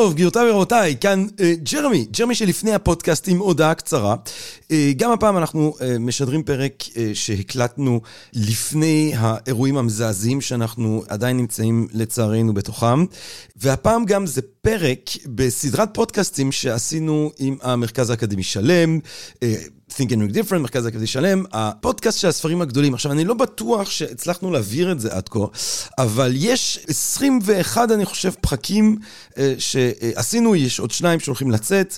טוב, גבירותיי ורבותיי, כאן ג'רמי שלפני הפודקאסט עם הודעה קצרה. גם הפעם אנחנו משדרים פרק שהקלטנו לפני האירועים המזעזעים שאנחנו עדיין נמצאים לצערנו בתוכם. והפעם גם זה פרק בסדרת פודקאסטים שעשינו עם המרכז האקדמי שלם, Think and Ring Different, מרכז האקדמי שלם, הפודקאסט של הספרים הגדולים. עכשיו, אני לא בטוח שהצלחנו להעביר את זה עד כה, אבל יש 21, אני חושב, פרקים שעשינו, יש עוד 2 שהולכים לצאת,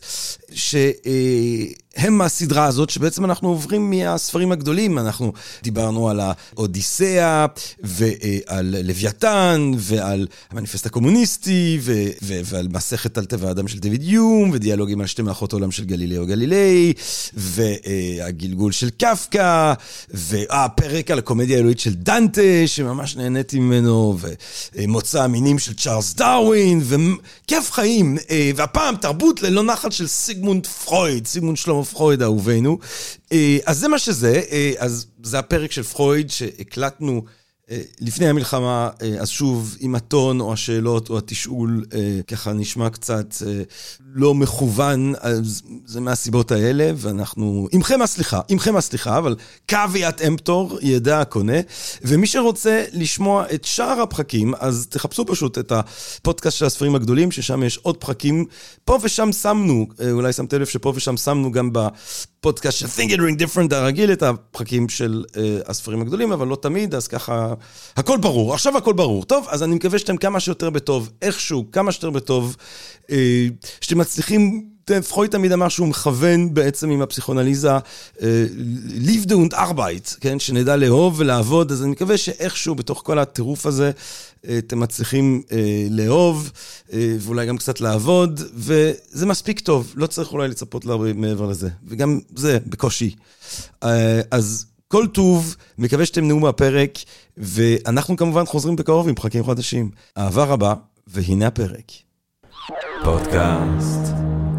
שהם מהסדרה הזאת, שבעצם אנחנו עוברים מהספרים הגדולים. אנחנו דיברנו על האודיסאה, ועל לוויתן, ועל המניפסט הקומוניסטי, ועל מסכת על טבע האדם של דוד יום, ודיאלוגים על 2 מלכות העולם של גלילאו גלילי, והגלגול של קפקא, והפרק על הקומדיה האלוהית של דנטה, שממש נהניתי ממנו, ומוצא המינים של צ'ארלס דרווין, וכיף חיים, והפעם תרבות ללא נחל של סיגמונד פרויד, סיגמונד שלמה פרויד אהובנו. אז זה מה שזה, אז זה הפרק של פרויד שהקלטנו לפני המלחמה, אז שוב, עם הטון או השאלות או התשאול, ככה נשמע קצת לא מכוון, אז זה מהסיבות האלה, ואנחנו, עמכם הסליחה, אבל קוויאת אמפטור ידע הקונה, ומי שרוצה לשמוע את שאר הפרקים, אז תחפשו פשוט את הפודקאסט של הספרים הגדולים, ששם יש עוד פרקים, פה ושם שמנו, אולי שמתם לב שפה ושם שמנו גם בפודקאסט של Think and Ring Different הרגיל, את הפרקים של הספרים הגדולים, אבל לא תמיד, אז ככה, הכל ברור, עכשיו הכל ברור. טוב, אז אני מקווה שאתם כמה שיותר בטוב, איכשהו, כמה שיותר בטוב, שאתם מצליחים, פרויד תמיד אמר שהוא מכוון בעצם עם הפסיכונליזה, liefde und Arbeit, כן, שנדע לאהוב ולעבוד, אז אני מקווה שאיכשהו בתוך כל הטירוף הזה, אתם מצליחים לאהוב, ואולי גם קצת לעבוד, וזה מספיק טוב, לא צריך אולי לצפות להרבה מעבר לזה, וגם זה בקושי. אז כל טוב, מקווה שאתם נאום מהפרק, ואנחנו כמובן חוזרים בקרוב עם פרקים חדשים. אהבה רבה, והנה הפרק. פודקאסט.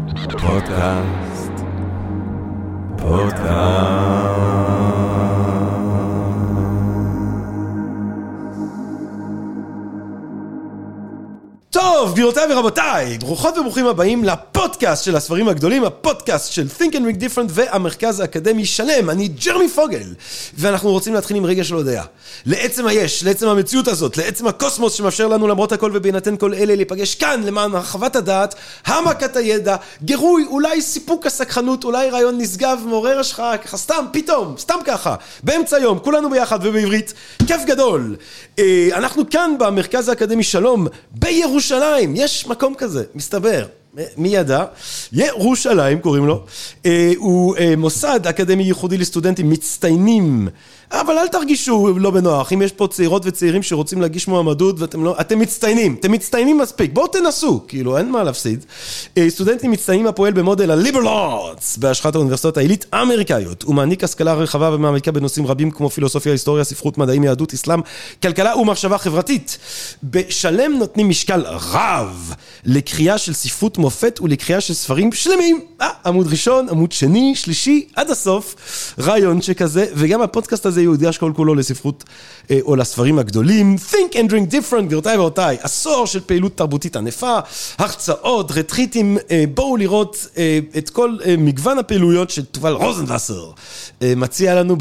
טוב, גבירותיי ורבותיי, ברוכות וברוכים הבאים לפודקאסט של הספרים הגדולים, הפודקאסט של Think and Ring Different והמרכז האקדמי שלם. אני ג'רמי פוגל, ואנחנו רוצים להתחיל עם רגע של הודעה. לעצם היש, לעצם המציאות הזאת, לעצם הקוסמוס שמאפשר לנו למרות הכל ובהינתן כל אלה להיפגש כאן למען הרחבת הדעת, העמקת הידע, גירוי, אולי סיפוק הסקחנות, אולי רעיון נשגב, מעורר השחרה, ככה סתם, פתאום, סתם ככה, באמצע היום, כולנו ביחד ובעברית, כיף גדול. אנחנו כאן במרכז האקדמי שלום, בירושלים, יש מקום כזה, מסתבר, מי ידע? ירושלים קוראים לו, הוא מוסד אקדמי ייחודי לסטודנטים מצטיינים, אבל אל תרגישו לא בנוח, אם יש פה צעירות וצעירים שרוצים להגיש מועמדות ואתם לא, אתם מצטיינים מספיק, בואו תנסו, כאילו אין מה להפסיד. סטודנטים מצטיינים הפועל במודל ה-Liberal Arts בהשחת האוניברסיטאות העילית האמריקאיות, הוא מעניק השכלה רחבה ומעמיקה בנושאים רבים כמו פילוסופיה, היסטוריה, ספרות, מדעים, יהדות, אסלאם, כלכלה ומחשבה חברתית. בשלם נותנים משקל רב לקריאה של ספרות מופת ולקריאה של ספרים שלמים. עמוד ראשון, עמוד שני, שלישי, עד הסוף, רעיון שכזה, וגם הפודקאסט הזה יודגש כל כולו לספרות או לספרים הגדולים. Think and Ring Different, גבירותיי ורבותיי, עשור של פעילות תרבותית ענפה, הרצאות, רטריטים, בואו לראות את כל מגוון הפעילויות של תובל רוזנווסר מציע לנו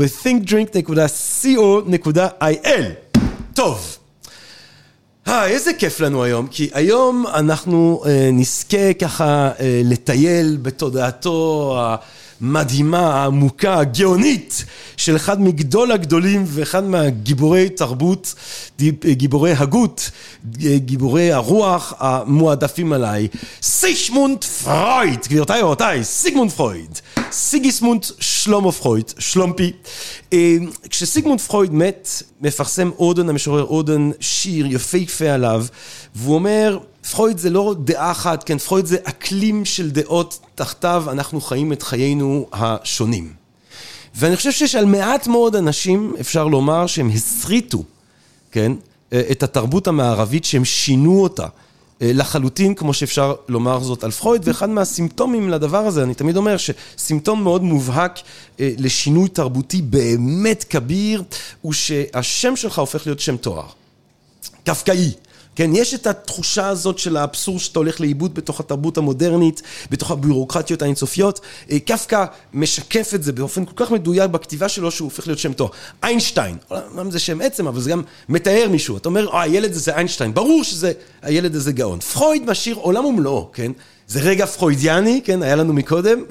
ב-thinkdrink.co.il. טוב, איזה כיף לנו היום, כי היום אנחנו נזכה ככה לטייל בתודעתו המדהימה, העמוקה, הגאונית של אחד מגדול הגדולים ואחד מהגיבורי תרבות, גיבורי הגות, גיבורי הרוח המועדפים עליי, סיגמונד פרויד, גבירותיי ורבותיי, סיגמונד פרויד, סיגיסמונד שלמה פרויד, שלומפי. כשסיגמונד פרויד מת, מפרסם אודן, המשורר אודן, שיר יפהפה עליו, והוא אומר, פרויד זה לא דעה אחת, כן, פרויד זה אקלים של דעות, תחתיו אנחנו חיים את חיינו השונים. ואני חושב שיש על מעט מאוד אנשים, אפשר לומר, שהם הסריטו, כן, את התרבות המערבית, שהם שינו אותה לחלוטין, כמו שאפשר לומר זאת על פרויד, ואחד מהסימפטומים לדבר הזה, אני תמיד אומר שסימפטום מאוד מובהק לשינוי תרבותי באמת כביר, הוא שהשם שלך הופך להיות שם תואר. קפקאי, כן, יש את התחושה הזאת של האבסורד שאתה הולך לאיבוד בתוך התרבות המודרנית, בתוך הביורוקרטיות האינסופיות. קפקא משקף את זה באופן כל כך מדויק בכתיבה שלו שהוא הופך להיות שם תואר. איינשטיין, לא זה שם עצם, אבל זה גם מתאר מישהו. אתה אומר, הילד הזה איינשטיין, ברור שזה הילד הזה גאון. פרויד משאיר עולם ומלואו, כן? זה רגע פרוידיאני, כן? היה לנו מקודם.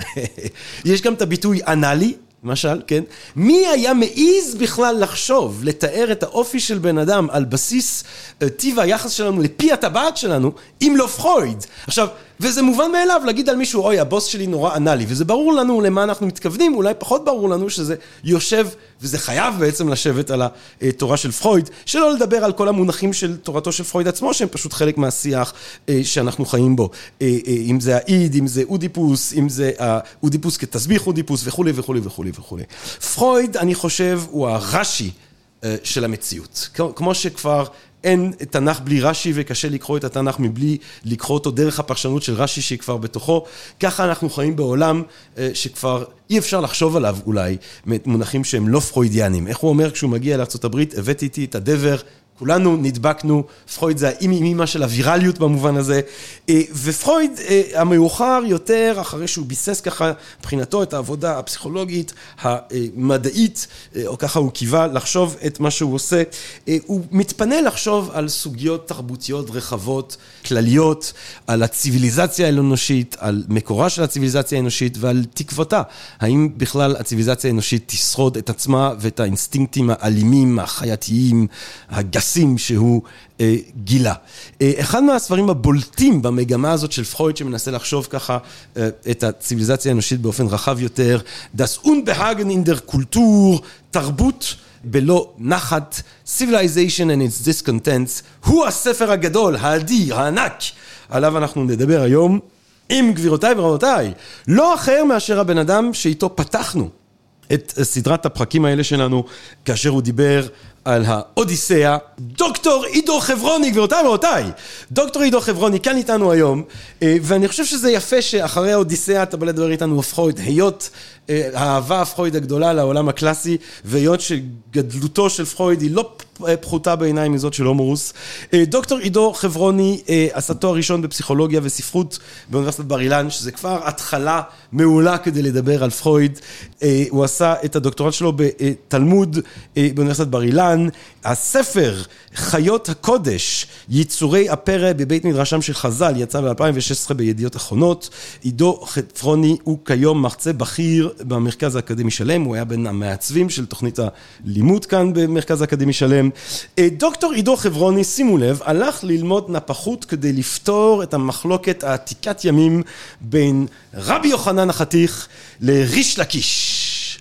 יש גם את הביטוי אנלי, למשל, כן? מי היה מעיז בכלל לחשוב, לתאר את האופי של בן אדם על בסיס טיב היחס שלנו לפי הטבעת שלנו, אם לא פרויד? עכשיו, וזה מובן מאליו להגיד על מישהו, אוי, הבוס שלי נורא אנלי, וזה ברור לנו למה אנחנו מתכוונים, אולי פחות ברור לנו שזה יושב, וזה חייב בעצם לשבת על התורה של פרויד, שלא לדבר על כל המונחים של תורתו של פרויד עצמו, שהם פשוט חלק מהשיח שאנחנו חיים בו. אם זה האיד, אם זה אודיפוס, אם זה אודיפוס כתסביך אודיפוס, וכו' וכו' וכו' וכו'. פרויד, אני חושב, הוא הרש"י של המציאות. כמו שכבר אין תנ"ך בלי רש"י, וקשה לקרוא את התנ"ך מבלי לקרוא אותו דרך הפרשנות של רש"י שהיא כבר בתוכו. ככה אנחנו חיים בעולם שכבר אי אפשר לחשוב עליו אולי, מונחים שהם לא פרוידיאנים. איך הוא אומר כשהוא מגיע לארצות הברית, הבאתי איתי את הדבר, כולנו נדבקנו, פרויד זה האימא של הווירליות במובן הזה, ופרויד המאוחר יותר, אחרי שהוא ביסס ככה מבחינתו את העבודה הפסיכולוגית, המדעית, או ככה הוא קיווה לחשוב את מה שהוא עושה, הוא מתפנה לחשוב על סוגיות תרבותיות רחבות, כלליות, על הציביליזציה האנושית, על מקורה של הציביליזציה האנושית ועל תקוותה. האם בכלל הציביליזציה האנושית תשרוד את עצמה ואת האינסטינקטים האלימים, החייתיים, הגסים שהוא גילה. אחד מהספרים הבולטים במגמה הזאת של פרויד שמנסה לחשוב ככה את הציביליזציה האנושית באופן רחב יותר, Das Unbehagen in der Kultur, תרבות בלא נחת, Civilization and its Discontents, הוא הספר הגדול, האדיר, הענק, עליו אנחנו נדבר היום עם גבירותיי ורבותיי, לא אחר מאשר הבן אדם שאיתו פתחנו את סדרת הפרקים האלה שלנו, כאשר הוא דיבר על האודיסאה, דוקטור עידו חברוני, גבירותיי ורבותיי, דוקטור עידו חברוני כאן איתנו היום, ואני חושב שזה יפה שאחרי האודיסאה אתה בא לדבר איתנו על פרויד, היות האהבה פרויד הגדולה לעולם הקלאסי, והיות שגדלותו של פרויד היא לא פחותה בעיניי מזאת של הומורוס. דוקטור עידו חברוני עשה תואר ראשון בפסיכולוגיה וספרות באוניברסיטת בר אילן, שזה כבר התחלה מעולה כדי לדבר על פרויד. הוא עשה את הדוקטורט שלו בתלמוד באוניברסיטת בר אילן. הספר חיות הקודש, יצורי הפרא בבית מדרשם של חז"ל, יצא ב-2016 בידיעות אחרונות. עידו חברוני הוא כיום מרצה בכיר במרכז האקדמי שלם, הוא היה בין המעצבים של תוכנית הלימוד כאן במרכז האקדמי שלם. דוקטור עידו חברוני, שימו לב, הלך ללמוד נפחות כדי לפתור את המחלוקת העתיקת ימים בין רבי יוחנן החתיך לריש לקיש,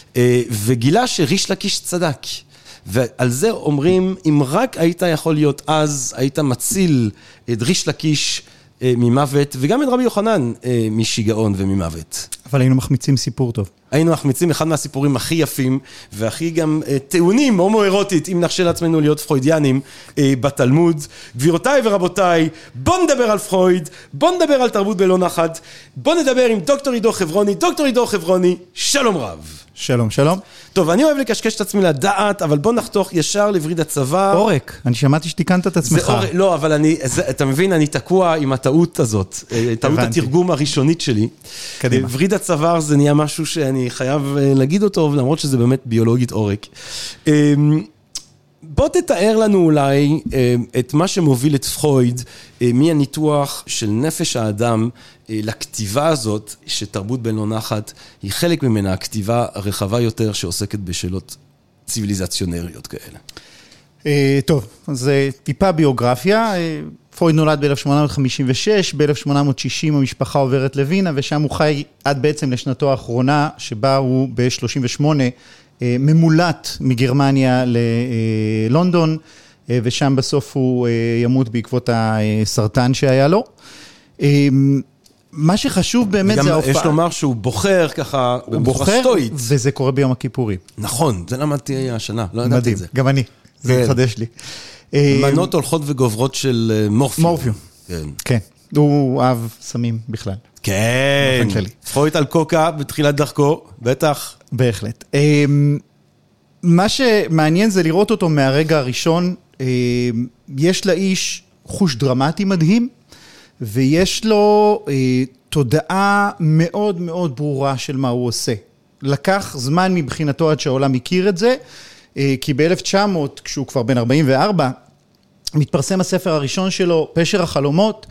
וגילה שריש לקיש צדק. ועל זה אומרים, אם רק היית יכול להיות אז, היית מציל את ריש לקיש ממוות, וגם את רבי יוחנן משיגעון וממוות. אבל היינו מחמיצים סיפור טוב. היינו מחמיצים אחד מהסיפורים הכי יפים, והכי גם טעונים, הומואירוטית, אם נרשה לעצמנו להיות פרוידיאנים בתלמוד. גבירותיי ורבותיי, בוא נדבר על פרויד, בוא נדבר על תרבות בלא נחת, בוא נדבר עם דוקטור עידו חברוני. דוקטור עידו חברוני, שלום רב. שלום, שלום. טוב, אני אוהב לקשקש את עצמי לדעת, אבל בוא נחתוך ישר לוריד הצוואר. אורק, אני שמעתי שתיקנת את עצמך. לא, אבל אתה מבין, אני תקוע עם הטעות הזאת, טעות התרגום הראשונית שלי. קדימה. וריד הצוואר זה נהיה משהו שאני חייב להגיד אותו, למרות שזה באמת ביולוגית עורק. בוא תתאר לנו אולי את מה שמוביל את פרויד מהניתוח של נפש האדם לכתיבה הזאת, שתרבות בלא נחת היא חלק ממנה, הכתיבה הרחבה יותר שעוסקת בשאלות ציביליזציונריות כאלה. טוב, אז טיפה ביוגרפיה. פרויד נולד ב-1856, ב-1860 המשפחה עוברת לווינה, ושם הוא חי עד בעצם לשנתו האחרונה, שבה הוא ב-38 ממולט מגרמניה ללונדון, ושם בסוף הוא ימות בעקבות הסרטן שהיה לו. מה שחשוב באמת זה ההופעה. יש לומר שהוא בוחר ככה, הוא בוחר, וזה קורה ביום הכיפורים. נכון, זה למדתי השנה, לא ידעתי את זה. גם אני, זה מתחדש לי. מנות הולכות וגוברות של מורפיום. מורפיום, כן. הוא אהב סמים בכלל. כן, פרויד על קוקה בתחילת דרכו, בטח. בהחלט. מה שמעניין זה לראות אותו מהרגע הראשון, יש לאיש חוש דרמטי מדהים, ויש לו תודעה מאוד מאוד ברורה של מה הוא עושה. לקח זמן מבחינתו עד שהעולם הכיר את זה, כי ב-1900, כשהוא כבר בן 44, מתפרסם הספר הראשון שלו, פשר החלומות,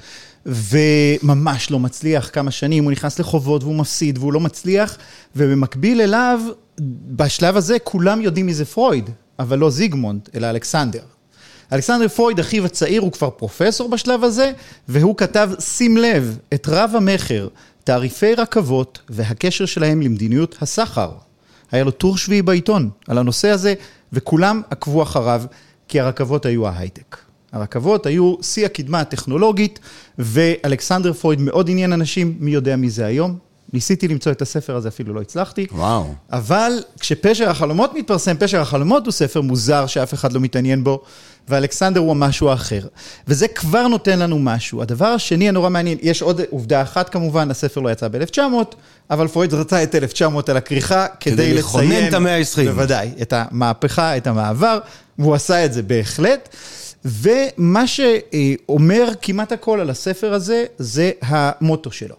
וממש לא מצליח כמה שנים, הוא נכנס לחובות והוא מפסיד והוא לא מצליח, ובמקביל אליו, בשלב הזה כולם יודעים מי זה פרויד, אבל לא זיגמונד, אלא אלכסנדר. אלכסנדר פרויד, אחיו הצעיר, הוא כבר פרופסור בשלב הזה, והוא כתב, שים לב, את רב המחר, תעריפי רכבות והקשר שלהם למדיניות הסחר. היה לו טור שביעי בעיתון על הנושא הזה, וכולם עקבו אחריו, כי הרכבות היו ההייטק. הרכבות היו שיא הקדמה הטכנולוגית, ואלכסנדר פרויד מאוד עניין אנשים, מי יודע מי זה היום? ניסיתי למצוא את הספר הזה, אפילו לא הצלחתי. וואו. אבל כשפשר החלומות מתפרסם, פשר החלומות הוא ספר מוזר שאף אחד לא מתעניין בו, ואלכסנדר הוא משהו אחר. וזה כבר נותן לנו משהו. הדבר השני הנורא מעניין, יש עוד עובדה אחת כמובן, הספר לא יצא ב-1900, אבל פרויד רצה את 1900 על הכריכה, כדי לכונן את המאה ה-20. בוודאי, את המהפכה, את המעבר, והוא עשה את זה בהחלט. ומה שאומר כמעט הכל על הספר הזה, זה המוטו שלו.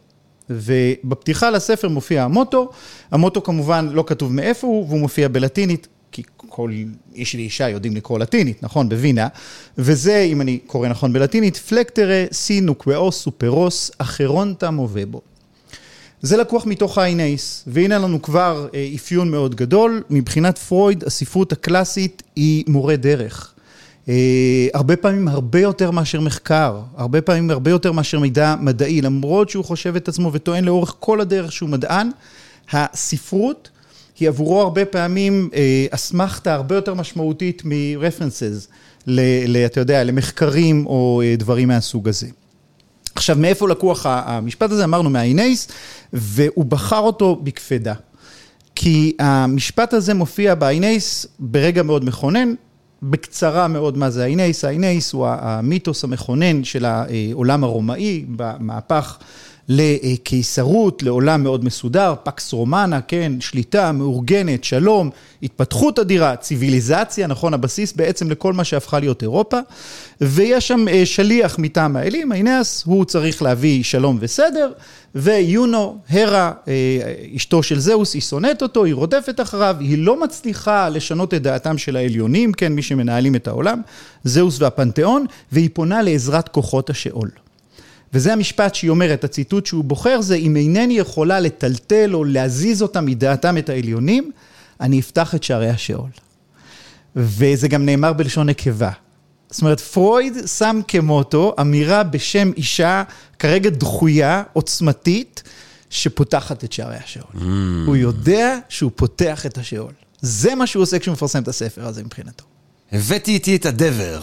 ובפתיחה לספר מופיע המוטו, המוטו כמובן לא כתוב מאיפה הוא, והוא מופיע בלטינית, כי כל איש ואישה יודעים לקרוא לטינית, נכון, בווינה, וזה, אם אני קורא נכון בלטינית, פלקטרה סי נוקוואו סופרוס אחרונטה מובבו. זה לקוח מתוך האינייס, והנה לנו כבר אפיון מאוד גדול, מבחינת פרויד, הספרות הקלאסית היא מורה דרך. הרבה פעמים הרבה יותר מאשר מחקר, הרבה פעמים הרבה יותר מאשר מידע מדעי, למרות שהוא חושב את עצמו וטוען לאורך כל הדרך שהוא מדען, הספרות היא עבורו הרבה פעמים אסמכתה הרבה יותר משמעותית מרפרנסס, אתה יודע, למחקרים או דברים מהסוג הזה. עכשיו, מאיפה לקוח המשפט הזה? אמרנו מהאינייס, והוא בחר אותו בקפדה. כי המשפט הזה מופיע באינייס ברגע מאוד מכונן, בקצרה מאוד מה זה האינייס. האינייס הוא המיתוס המכונן של העולם הרומאי, במהפך לקיסרות, לעולם מאוד מסודר, פקס רומנה, כן, שליטה, מאורגנת, שלום, התפתחות אדירה, ציוויליזציה, נכון, הבסיס בעצם לכל מה שהפכה להיות אירופה, ויש שם שליח מטעם האלים, האינייס, הוא צריך להביא שלום וסדר, ויונו, הרה, אשתו של זהוס, היא שונאת אותו, היא רודפת אחריו, היא לא מצליחה לשנות את דעתם של העליונים, כן, מי שמנהלים את העולם, זהוס והפנתיאון, והיא פונה לעזרת כוחות השאול. וזה המשפט שהיא אומרת, הציטוט שהוא בוחר זה, אם אינני יכולה לטלטל או להזיז אותם מדעתם את העליונים, אני אפתח את שערי השאול. וזה גם נאמר בלשון נקבה. זאת אומרת, פרויד שם כמוטו אמירה בשם אישה כרגע דחויה, עוצמתית, שפותחת את שערי השאול. הוא יודע שהוא פותח את השאול. זה מה שהוא עושה כשהוא מפרסם את הספר הזה מבחינתו. הבאתי איתי את הדבר.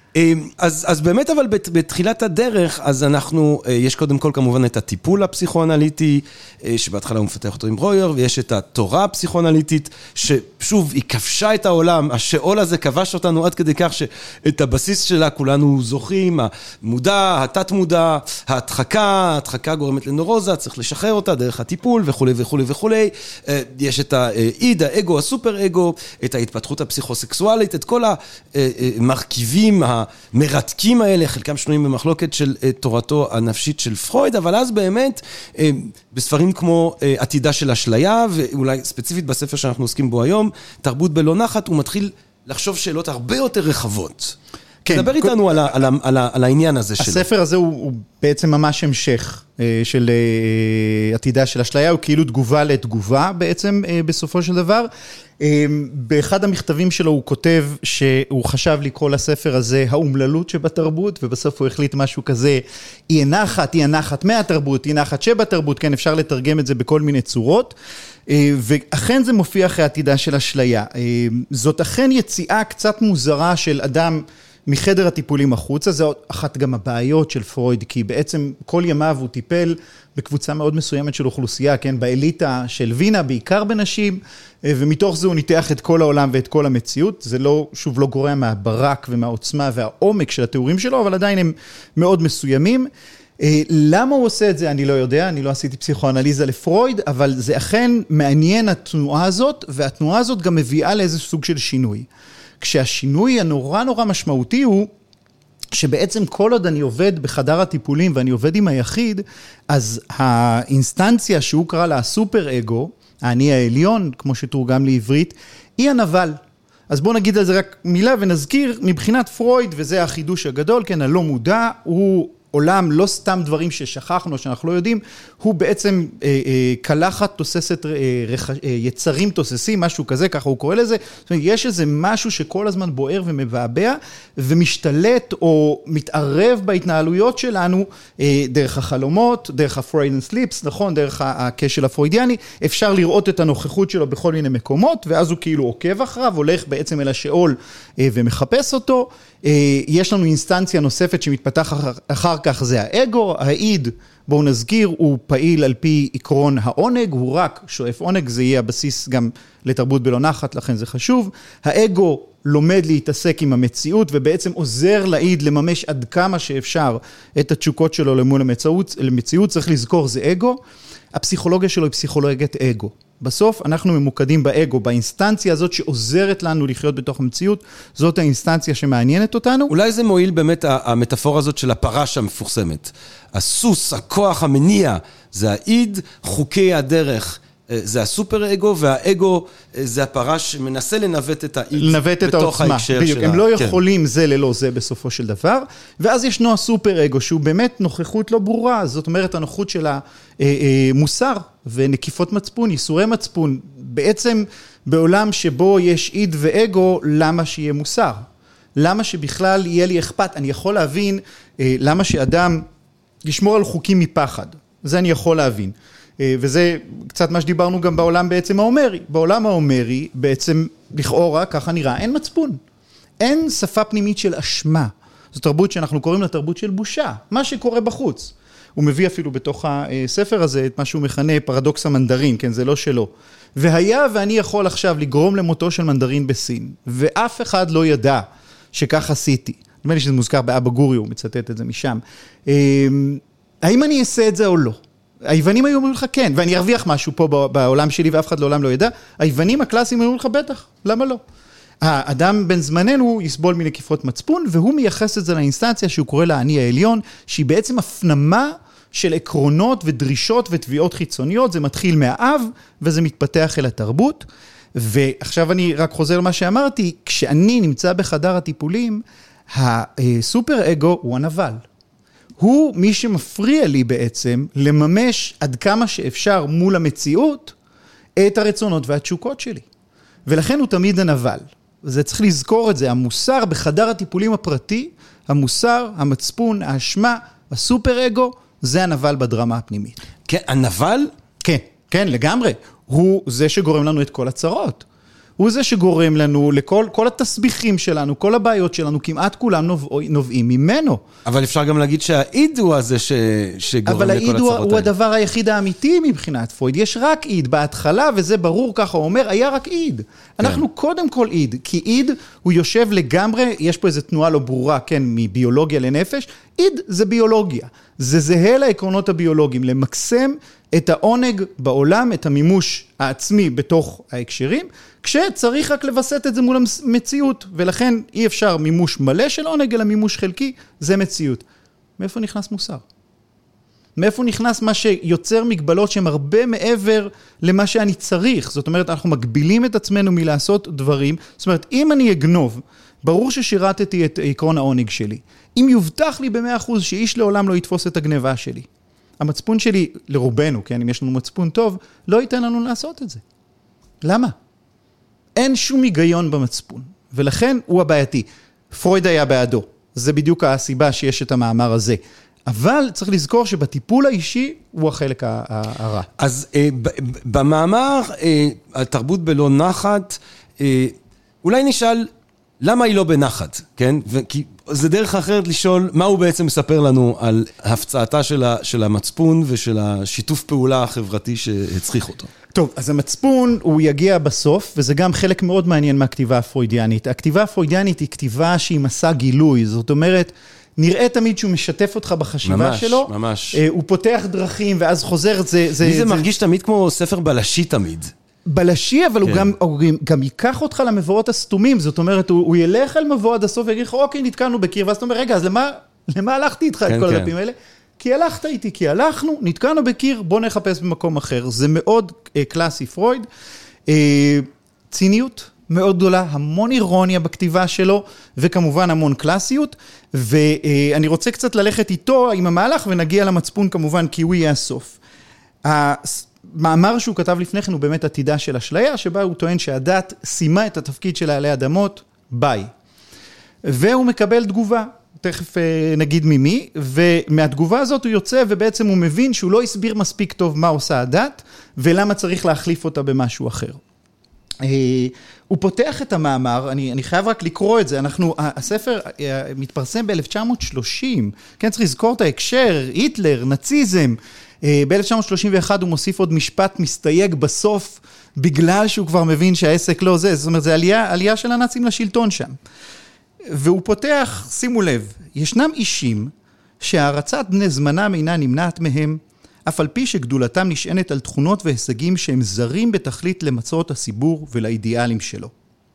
אז באמת אבל בתחילת הדרך, אז אנחנו, יש קודם כל כמובן את הטיפול הפסיכואנליטי, שבהתחלה הוא מפתח אותו עם ברויר, ויש את התורה הפסיכואנליטית, ששוב, היא כבשה את העולם, השאול הזה כבש אותנו עד כדי כך שאת הבסיס שלה כולנו זוכרים, המודע, התת מודע, ההדחקה גורמת לנורוזה, צריך לשחרר אותה דרך הטיפול וכו' וכו' וכו'. יש את האיד, האגו, הסופר אגו, את ההתפתחות הפסיכוסקסואלית, את כל המרכיבים המרתקים האלה, חלקם שנויים במחלוקת של תורתו הנפשית של פרויד, אבל אז באמת בספרים כמו עתידה של אשליה, ואולי ספציפית בספר שאנחנו עוסקים בו היום, תרבות בלא נחת, הוא מתחיל לחשוב שאלות הרבה יותר רחבות. תדבר איתנו על העניין הזה שלו. הספר הזה הוא בעצם ממש המשך של עתידה של אשליה, הוא כאילו תגובה לתגובה בעצם בסופו של דבר. באחד המכתבים שלו הוא כותב שהוא חשב לקרוא לספר הזה האומללות שבתרבות, ובסוף הוא החליט משהו כזה, היא הנחת מהתרבות, היא הנחת שבתרבות, כן, אפשר לתרגם את זה בכל מיני צורות, ואכן זה מופיע אחרי עתידה של אשליה. זאת אכן יציאה קצת מוזרה של אדם מחדר הטיפולים החוצה, זו אחת גם הבעיות של פרויד, כי בעצם כל ימיו הוא טיפל בקבוצה מאוד מסוימת של אוכלוסייה, כן, באליטה של וינה, בעיקר בנשים, ומתוך זה הוא ניתח את כל העולם ואת כל המציאות, זה לא, שוב, לא גורע מהברק ומהעוצמה והעומק של התיאורים שלו, אבל עדיין הם מאוד מסוימים. למה הוא עושה את זה? אני לא יודע, אני לא עשיתי פסיכואנליזה לפרויד, אבל זה אכן מעניין התנועה הזאת, והתנועה הזאת גם מביאה לאיזה סוג של שינוי. כשהשינוי הנורא משמעותי הוא שבעצם כל עוד אני עובד בחדר הטיפולים ואני עובד עם היחיד, אז האינסטנציה שהוא קרא לה הסופר אגו, האני העליון, כמו שתורגם לעברית, היא הנבל. אז בואו נגיד על זה רק מילה ונזכיר, מבחינת פרויד, וזה החידוש הגדול, כן, הלא מודע, הוא עולם, לא סתם דברים ששכחנו, שאנחנו לא יודעים, הוא בעצם קלחת תוססת, יצרים תוססים, משהו כזה, ככה הוא קורא לזה. זאת אומרת, יש איזה משהו שכל הזמן בוער ומבעבע, ומשתלט או מתערב בהתנהלויות שלנו, דרך החלומות, דרך ה-Freudian sleeps, נכון, דרך הקשל הפרוידיאני, אפשר לראות את הנוכחות שלו בכל מיני מקומות, ואז הוא כאילו עוקב אחריו, הולך בעצם אל השאול ומחפש אותו. יש לנו אינסטנציה נוספת שמתפתח אחר כך, זה האגו, האיד, בואו נזכיר, הוא פעיל על פי עקרון העונג, הוא רק שואף עונג, זה יהיה הבסיס גם לתרבות בלא נחת, לכן זה חשוב. האגו לומד להתעסק עם המציאות, ובעצם עוזר לאיד לממש עד כמה שאפשר את התשוקות שלו למול המציאות, צריך לזכור, זה אגו. הפסיכולוגיה שלו היא פסיכולוגיית אגו. בסוף אנחנו ממוקדים באגו, באינסטנציה הזאת שעוזרת לנו לחיות בתוך המציאות, זאת האינסטנציה שמעניינת אותנו. אולי זה מועיל באמת המטאפורה הזאת של הפרש המפורסמת. הסוס, הכוח המניע, זה האיד, חוקי הדרך, זה הסופר אגו, והאגו זה הפרש שמנסה לנווט את האיד בתוך ההקשר שלה. הם לא יכולים זה ללא זה בסופו של דבר, ואז ישנו הסופר אגו, שהוא באמת נוכחות לא ברורה, זאת אומרת הנוכחות של המוסר ונקיפות מצפון, ייסורי מצפון, בעצם בעולם שבו יש איד ואגו, למה שיהיה מוסר? למה שבכלל יהיה לי אכפת? אני יכול להבין למה שאדם ישמור על חוקים מפחד, זה אני יכול להבין. וזה קצת מה שדיברנו גם בעולם בעצם האומרי. בעולם האומרי בעצם לכאורה, ככה נראה, אין מצפון. אין שפה פנימית של אשמה. זו תרבות שאנחנו קוראים לה תרבות של בושה. מה שקורה בחוץ. הוא מביא אפילו בתוך הספר הזה את מה שהוא מכנה פרדוקס המנדרין, כן, זה לא שלו. והיה ואני יכול עכשיו לגרום למותו של מנדרין בסין, ואף אחד לא ידע שכך עשיתי. נדמה לי שזה מוזכר באבא גורי, הוא מצטט את זה משם. האם אני אעשה את זה או לא? היוונים היו אומרים לך כן, ואני ארוויח משהו פה בעולם שלי ואף אחד לעולם לא ידע. היוונים הקלאסיים היו לך בטח, למה לא? האדם בן זמננו יסבול מנקיפות מצפון, והוא מייחס את זה לאינסטנציה שהוא קורא לה אני העליון, שהיא בעצם הפנמה של עקרונות ודרישות ותביעות חיצוניות, זה מתחיל מהאב וזה מתפתח אל התרבות, ועכשיו אני רק חוזר למה שאמרתי, כשאני נמצא בחדר הטיפולים, הסופר אגו הוא הנבל. הוא מי שמפריע לי בעצם לממש עד כמה שאפשר מול המציאות את הרצונות והתשוקות שלי. ולכן הוא תמיד הנבל. זה צריך לזכור את זה, המוסר בחדר הטיפולים הפרטי, המוסר, המצפון, האשמה, הסופר אגו, זה הנבל בדרמה הפנימית. כן, הנבל? כן, כן, לגמרי. הוא זה שגורם לנו את כל הצרות. הוא זה שגורם לנו לכל התסביכים שלנו, כל הבעיות שלנו, כמעט כולם נובעים ממנו. אבל אפשר גם להגיד שהאיד הוא הזה שגורם לכל הצרות האלה. אבל האיד הוא הדבר היחיד האמיתי מבחינת פרויד. יש רק איד בהתחלה, וזה ברור ככה, הוא אומר, היה רק איד. אנחנו קודם כל איד, כי איד הוא יושב לגמרי, יש פה איזו תנועה לא ברורה, כן, מביולוגיה לנפש. איד זה ביולוגיה. זה זהה לעקרונות הביולוגיים, למקסם את העונג בעולם, את המימוש העצמי בתוך ההקשרים, כשצריך רק לבסט את זה מול המציאות, ולכן אי אפשר מימוש מלא של עונג, אלא מימוש חלקי, זה מציאות. מאיפה נכנס מוסר? מאיפה נכנס מה שיוצר מגבלות שהן הרבה מעבר למה שאני צריך? זאת אומרת, אנחנו מגבילים את עצמנו מלעשות דברים, זאת אומרת, אם אני אגנוב, ברור ששירתתי את עקרון העונג שלי. אם יובטח לי ב100% שאיש לעולם לא יתפוס את הגניבה שלי, המצפון שלי, לרובנו, כן, אם יש לנו מצפון טוב, לא ייתן לנו לעשות את זה. למה? אין שום היגיון במצפון, ולכן הוא הבעייתי. פרויד היה בעדו, זה בדיוק הסיבה שיש את המאמר הזה. אבל צריך לזכור שבטיפול האישי הוא החלק הרע. אז במאמר, התרבות בלא נחת, אולי נשאל, למה היא לא בנחת, כן? כי זה דרך אחרת לשאול מה הוא בעצם מספר לנו על הפצעתה של המצפון ושל השיתוף פעולה החברתי שהצריך אותו. טוב, אז המצפון הוא יגיע בסוף, וזה גם חלק מאוד מעניין מהכתיבה הפרוידיאנית. הכתיבה הפרוידיאנית היא כתיבה שהיא מסע גילוי, זאת אומרת, נראה תמיד שהוא משתף אותך בחשיבה שלו. ממש. הוא פותח דרכים ואז חוזר, לי זה מרגיש תמיד כמו ספר בלשי תמיד. בלשי, אבל הוא גם ייקח אותך למבואות הסתומים, זאת אומרת, הוא ילך אל מבוא עד הסוף ויגיד לך, אוקיי, נתקענו בקיר, ואז אתה אומר, רגע, אז למה הלכתי איתך את כל הדפים האלה? כי הלכת איתי, כי הלכנו, נתקענו בקיר, בוא נחפש במקום אחר. זה מאוד קלאסי פרויד. ציניות מאוד גדולה, המון אירוניה בכתיבה שלו, וכמובן המון קלאסיות, ואני רוצה קצת ללכת איתו עם המהלך, ונגיע למצפון כמובן, כי הוא יהיה הסוף. המאמר שהוא כתב לפני כן הוא באמת עתידה של אשליה, שבה הוא טוען שהדת סיימה את התפקיד של עלי אדמות, ביי. והוא מקבל תגובה, תכף נגיד ממי, ומהתגובה הזאת הוא יוצא ובעצם הוא מבין שהוא לא הסביר מספיק טוב מה עושה הדת, ולמה צריך להחליף אותה במשהו אחר. הוא פותח את המאמר, אני חייב רק לקרוא את זה, הספר מתפרסם ב-1930, כן, צריך לזכור את ההקשר, היטלר, נאציזם, ב-1931 הוא מוסיף עוד משפט מסתייג בסוף, בגלל שהוא כבר מבין שהעסק לא זה, זאת אומרת, זה עלייה של הנאצים לשלטון שם. והוא פותח, שימו לב, ישנם אישים שהערצת בני זמנם אינה נמנעת מהם, אף על פי שגדולתם נשענת על תכונות והישגים שהם זרים בתכלית למצות הציבור ולאידיאלים שלו.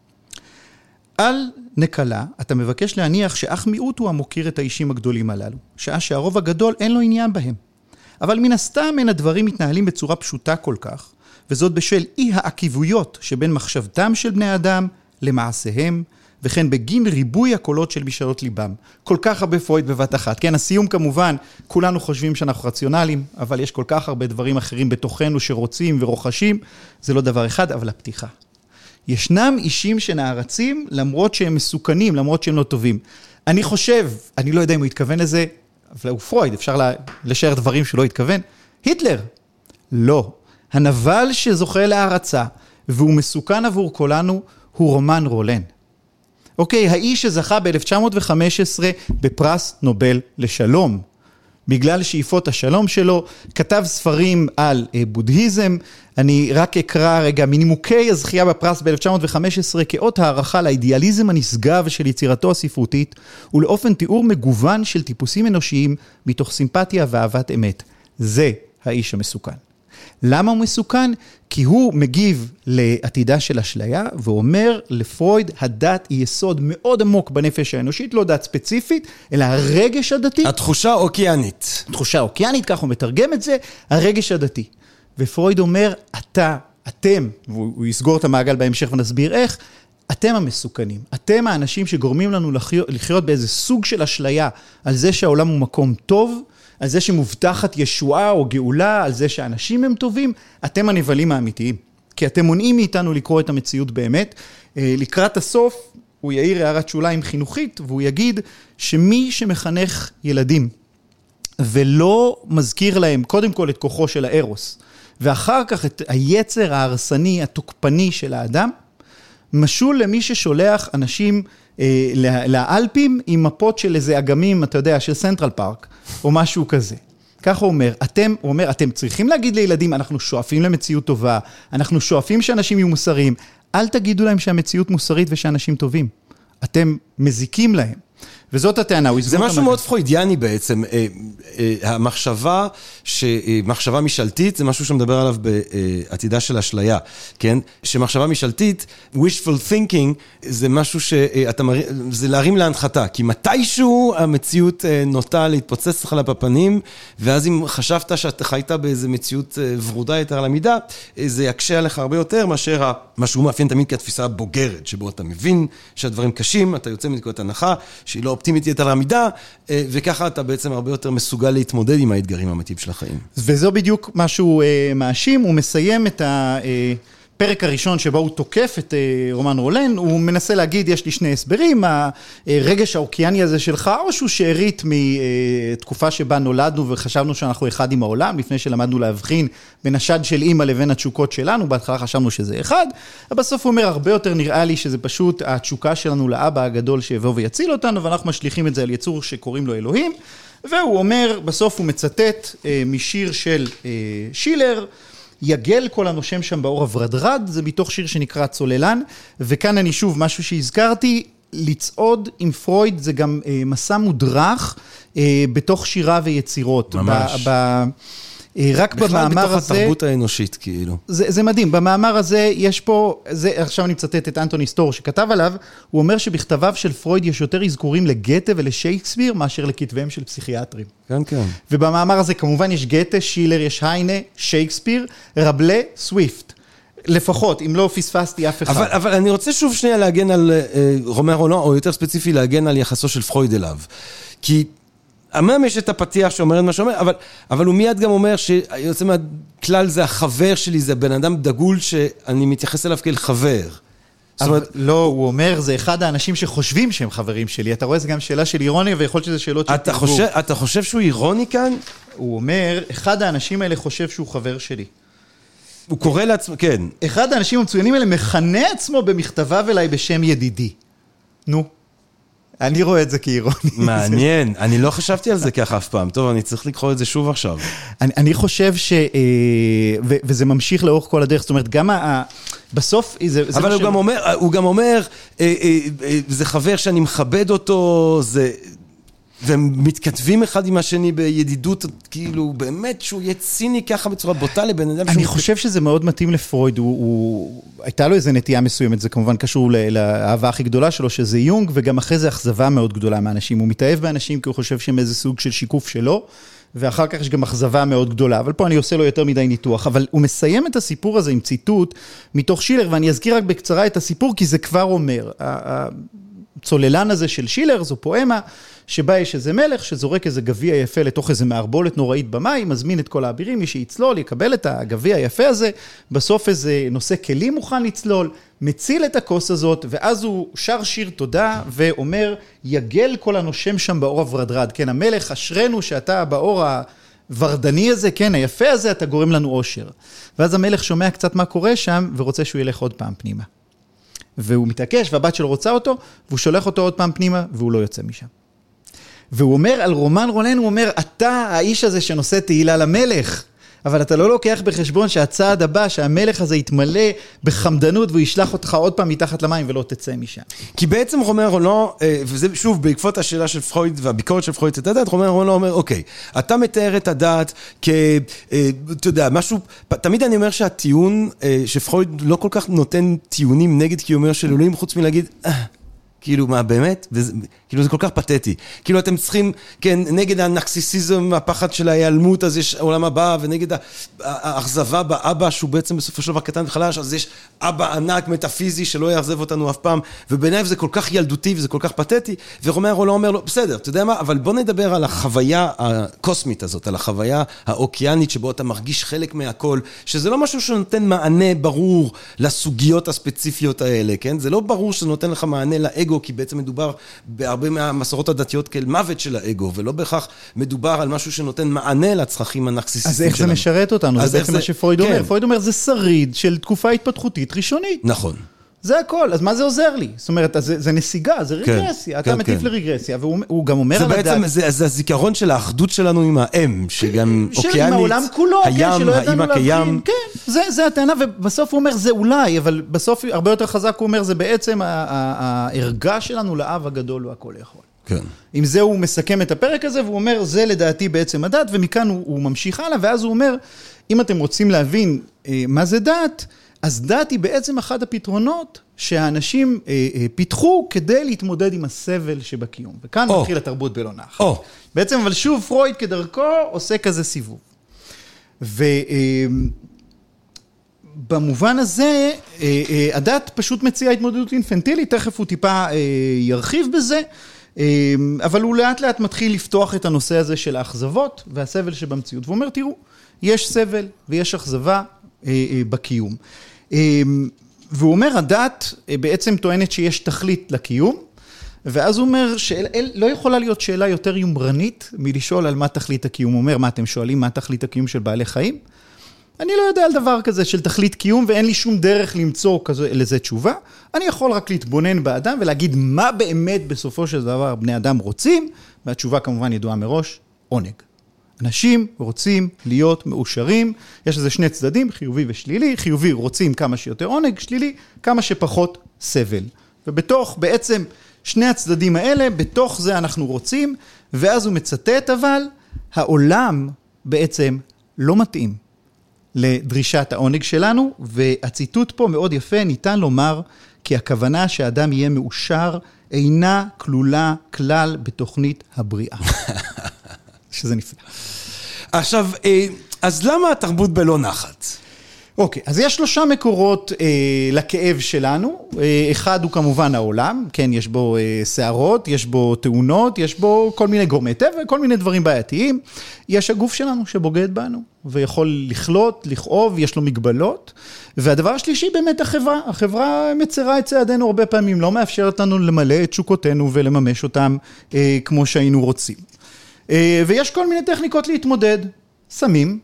על נקלה, אתה מבקש להניח שאך מיעוט הוא המוקיר את האישים הגדולים הללו, שעה שהרוב הגדול אין לו עניין בהם. אבל מן הסתם אין הדברים מתנהלים בצורה פשוטה כל כך, וזאת בשל אי העקיבויות שבין מחשבתם של בני אדם למעשיהם, וכן בגין ריבוי הקולות של משאלות ליבם. כל כך הרבה פרויד בבת אחת. כן, הסיום כמובן, כולנו חושבים שאנחנו רציונליים, אבל יש כל כך הרבה דברים אחרים בתוכנו שרוצים ורוחשים, זה לא דבר אחד, אבל הפתיחה. ישנם אישים שנערצים למרות שהם מסוכנים, למרות שהם לא טובים. אני חושב, אני לא יודע אם הוא התכוון לזה, אבל הוא פרויד, אפשר לשער דברים שהוא לא התכוון. היטלר, לא. הנבל שזוכה להערצה, והוא מסוכן עבור כולנו, הוא רומן רולן. אוקיי, האיש שזכה ב-1915 בפרס נובל לשלום. בגלל שאיפות השלום שלו, כתב ספרים על בודהיזם, אני רק אקרא רגע מנימוקי הזכייה בפרס ב-1915 כאות הערכה לאידיאליזם הנשגב של יצירתו הספרותית, ולאופן תיאור מגוון של טיפוסים אנושיים מתוך סימפתיה ואהבת אמת. זה האיש המסוכן. למה הוא מסוכן? כי הוא מגיב לעתידה של אשליה, ואומר לפרויד, הדת היא יסוד מאוד עמוק בנפש האנושית, לא דת ספציפית, אלא הרגש הדתי. התחושה אוקיינית. התחושה אוקיינית, כך הוא מתרגם את זה, הרגש הדתי. ופרויד אומר, אתם, והוא יסגור את המעגל בהמשך ונסביר איך, אתם המסוכנים, אתם האנשים שגורמים לנו לחיות באיזה סוג של אשליה, על זה שהעולם הוא מקום טוב, על זה שמובטחת ישועה או גאולה, על זה שאנשים הם טובים, אתם הנבלים האמיתיים. כי אתם מונעים מאיתנו לקרוא את המציאות באמת. לקראת הסוף, הוא יעיר הערת שוליים חינוכית, והוא יגיד שמי שמחנך ילדים, ולא מזכיר להם קודם כל את כוחו של הארוס, ואחר כך את היצר ההרסני, התוקפני של האדם, משול למי ששולח אנשים לאלפים עם מפות של איזה אגמים, אתה יודע, של סנטרל פארק, או משהו כזה. ככה הוא אומר, אתם צריכים להגיד לילדים, אנחנו שואפים למציאות טובה, אנחנו שואפים שאנשים יהיו מוסריים, אל תגידו להם שהמציאות מוסרית ושאנשים טובים. אתם מזיקים להם. וזאת הטענה. זה משהו מאוד פרוידיאני בעצם. המחשבה, מחשבה משאלתית, זה משהו שמדבר עליו בעתידה של אשליה, כן? שמחשבה משאלתית, wishful thinking, זה משהו זה להרים להנחתה, כי מתישהו המציאות נוטה להתפוצץ לך לפנים, ואז אם חשבת שאתה חיית באיזו מציאות ורודה יותר על המידה, זה יקשה עליך הרבה יותר מאשר מה שהוא מאפיין תמיד כתפיסה בוגרת, שבו אתה מבין שהדברים קשים, אתה יוצא מנקודת הנחה, שהיא לא אופטימית יתר המידה, וככה אתה בעצם הרבה יותר מסוגל להתמודד עם האתגרים האמיתיים של החיים. וזו בדיוק מה שהוא מאשים, הוא מסיים את הפרק הראשון שבו הוא תוקף את רומן רולן, הוא מנסה להגיד, יש לי שני הסברים, הרגש האוקייני הזה שלך, או שהוא שארית מתקופה שבה נולדנו וחשבנו שאנחנו אחד עם העולם, לפני שלמדנו להבחין בין השד של אמא לבין התשוקות שלנו, בהתחלה חשבנו שזה אחד, בסוף הוא אומר, הרבה יותר נראה לי שזה פשוט התשוקה שלנו לאבא הגדול שיבוא ויציל אותנו, ואנחנו משליכים את זה על יצור שקוראים לו אלוהים, והוא אומר, בסוף הוא מצטט משיר של שילר, יגל כל הנושם שם באור הוורדרד, זה מתוך שיר שנקרא צוללן, וכאן אני שוב, משהו שהזכרתי, לצעוד עם פרויד זה גם מסע מודרך בתוך שירה ויצירות. ממש. רק במאמר הזה... בכלל בתוך התרבות האנושית, כאילו. זה מדהים, במאמר הזה יש פה, עכשיו אני מצטט את אנטוני סטור שכתב עליו, הוא אומר שבכתביו של פרויד יש יותר אזכורים לגתה ולשייקספיר, מאשר לכתביהם של פסיכיאטרים. כן, כן. ובמאמר הזה כמובן יש גתה, שילר, יש היינה, שייקספיר, רבלה, סוויפט. לפחות, אם לא פספסתי אף אחד. אבל אני רוצה שוב שנייה להגן על רומר רולן, או יותר ספציפי להגן על יחסו של פרויד אליו. כי אמנם יש את הפתיח שאומר את מה שאומר, אבל הוא מיד גם אומר שיוצא מהכלל זה החבר שלי, זה בן אדם דגול שאני מתייחס אליו כאל חבר. אבל לא, הוא אומר, זה אחד האנשים שחושבים שהם חברים שלי. אתה רואה, זה גם שאלה של אירוניה, ויכול להיות שזה שאלות של תגבור. אתה חושב שהוא אירוני כאן? הוא אומר, אחד האנשים האלה חושב שהוא חבר שלי. הוא קורא לעצמו, כן. אחד האנשים המצוינים האלה מכנה עצמו במכתביו אליי בשם ידידי. נו. אני רואה את זה כאירוני. מעניין, אני לא חשבתי על זה ככה אף פעם. טוב, אני צריך לקרוא את זה שוב עכשיו. אני חושב וזה ממשיך לאורך כל הדרך, זאת אומרת, גם בסוף... אבל הוא גם אומר, זה חבר שאני מכבד אותו, והם מתכתבים אחד עם השני בידידות, כאילו, באמת שהוא יהיה ציני ככה בצורה בוטה לבן אדם. אני חושב שזה מאוד מתאים לפרויד, הייתה לו איזו נטייה מסוימת, זה כמובן קשור לאהבה הכי גדולה שלו, שזה יונג, וגם אחרי זה אכזבה מאוד גדולה מאנשים, הוא מתאהב באנשים כי הוא חושב שהם איזה סוג של שיקוף שלו, ואחר כך יש גם אכזבה מאוד גדולה, אבל פה אני עושה לו יותר מדי ניתוח, אבל הוא מסיים את הסיפור הזה עם ציטוט מתוך שילר, ואני אזכיר רק בקצרה את הסיפור, כי זה כבר אומר, הצוללן הזה של שילר, זו פואמה, שבה יש איזה מלך שזורק איזה גביע יפה לתוך איזה מערבולת נוראית במים, מזמין את כל האבירים, מי שיצלול, יקבל את הגביע היפה הזה, בסוף איזה נושא כלים מוכן לצלול, מציל את הכוס הזאת, ואז הוא שר שיר תודה, ואומר, יגל כל הנושם שם באור הוורדרד, כן, המלך, אשרנו שאתה באור הוורדני הזה, כן, היפה הזה, אתה גורם לנו אושר. ואז המלך שומע קצת מה קורה שם, ורוצה שהוא ילך עוד פעם פנימה. והוא מתעקש, והבת שלו רוצה אותו, והוא שולח אותו עוד פעם פנימה, והוא לא יוצא משם. והוא אומר על רומן רולן, הוא אומר, אתה האיש הזה שנושא תהילה למלך, אבל אתה לא לוקח בחשבון שהצעד הבא, שהמלך הזה יתמלא בחמדנות, והוא ישלח אותך עוד פעם מתחת למים ולא תצא משם. כי בעצם רומר רולן, וזה שוב בעקבות השאלה של פרויד והביקורת של פרויד את הדת, רומר רולן אומר, אוקיי, אתה מתאר את הדת אתה יודע, משהו, תמיד אני אומר שהטיעון, שפרויד לא כל כך נותן טיעונים נגד קיומם של אלוהים, חוץ מלהגיד, כאילו, מה, באמת? כאילו, זה כל כך פתטי. כאילו, אתם צריכים, כן, נגד הנקסיסיזם, הפחד של ההיעלמות, אז יש העולם הבא, ונגד האכזבה באבא, שהוא בעצם בסופו של דבר קטן וחלש, אז יש אבא ענק, מטאפיזי, שלא יאכזב אותנו אף פעם, ובעיניו זה כל כך ילדותי, וזה כל כך פתטי, ורומר רולן אומר לו, בסדר, אתה יודע מה, אבל בוא נדבר על החוויה הקוסמית הזאת, על החוויה האוקיינית, שבו אתה מרגיש חלק מהכל, שזה לא משהו שנותן מענה ברור לסוגיות הספציפיות האלה, כן? זה לא ברור שזה נותן לך מענה לאגו, כי בעצם מדובר בהרבה מהמסורות הדתיות כאל מוות של האגו, ולא בכך מדובר על משהו שנותן מענה לצרכים הנקסיסטיים שלנו. אז איך זה משרת אותנו? זה בעצם מה שפרויד אומר. פרויד אומר, זה שריד של תקופה התפתחותית ראשונית. נכון. זה הכל, אז מה זה עוזר לי? זאת אומרת, זה נסיגה, זה רגרסיה, אתה מטיף לרגרסיה, והוא גם אומר על הדת. זה בעצם, זה הזיכרון של האחדות שלנו עם האם, שגם אוקיינית, עם העולם כולו, הים, האמא כים. כן, זה הטענה, ובסוף הוא אומר, זה אולי, אבל בסוף הרבה יותר חזק הוא אומר, זה בעצם ההרגה שלנו לאב הגדול והכל יכול. כן. עם זה הוא מסכם את הפרק הזה, והוא אומר, זה לדעתי בעצם הדת, ומכאן הוא ממשיך הלאה, ואז הוא אומר, אם אתם רוצים להבין מה זה דת, אז דת היא בעצם אחד הפתרונות שהאנשים פיתחו כדי להתמודד עם הסבל שבקיום. וכאן מתחיל התרבות בלא נח. בעצם, אבל שוב, פרויד כדרכו עושה כזה סיבוב. ובמובן הזה, הדת פשוט מציעה התמודדות אינפנטילית, תכף הוא טיפה ירחיב בזה, אבל הוא לאט לאט מתחיל לפתוח את הנושא הזה של האכזבות והסבל שבמציאות. והוא אומר, תראו, יש סבל ויש אכזבה בקיום. והוא אומר, הדת בעצם טוענת שיש תכלית לקיום, ואז הוא אומר שלא יכולה להיות שאלה יותר יומרנית מלשאול על מה תכלית הקיום. הוא אומר, מה אתם שואלים, מה תכלית הקיום של בעלי חיים? אני לא יודע על דבר כזה של תכלית קיום, ואין לי שום דרך למצוא לזה תשובה. אני יכול רק להתבונן באדם ולהגיד מה באמת בסופו של דבר בני אדם רוצים, והתשובה כמובן ידועה מראש, עונג. אנשים רוצים להיות מאושרים, יש לזה שני צדדים, חיובי ושלילי, חיובי רוצים כמה שיותר עונג, שלילי כמה שפחות סבל. ובתוך בעצם שני הצדדים האלה, בתוך זה אנחנו רוצים, ואז הוא מצטט אבל, העולם בעצם לא מתאים לדרישת העונג שלנו, והציטוט פה מאוד יפה, ניתן לומר כי הכוונה שהאדם יהיה מאושר אינה כלולה כלל בתוכנית הבריאה. שזה נפלא. עכשיו, אז למה התרבות בלא נחת? אוקיי, אז יש 3 מקורות לכאב שלנו. אחד הוא כמובן העולם, כן, יש בו שערות, יש בו תאונות, יש בו כל מיני גורמי טבע, כל מיני דברים בעייתיים. יש הגוף שלנו שבוגד בנו, ויכול לחלות, לכאוב, יש לו מגבלות. והדבר השלישי באמת החברה מצרה את צעדינו הרבה פעמים, לא מאפשרת לנו למלא את שוקותינו ולממש אותם כמו שהיינו רוצים. ויש כל מיני טכניקות להתמודד, סמים,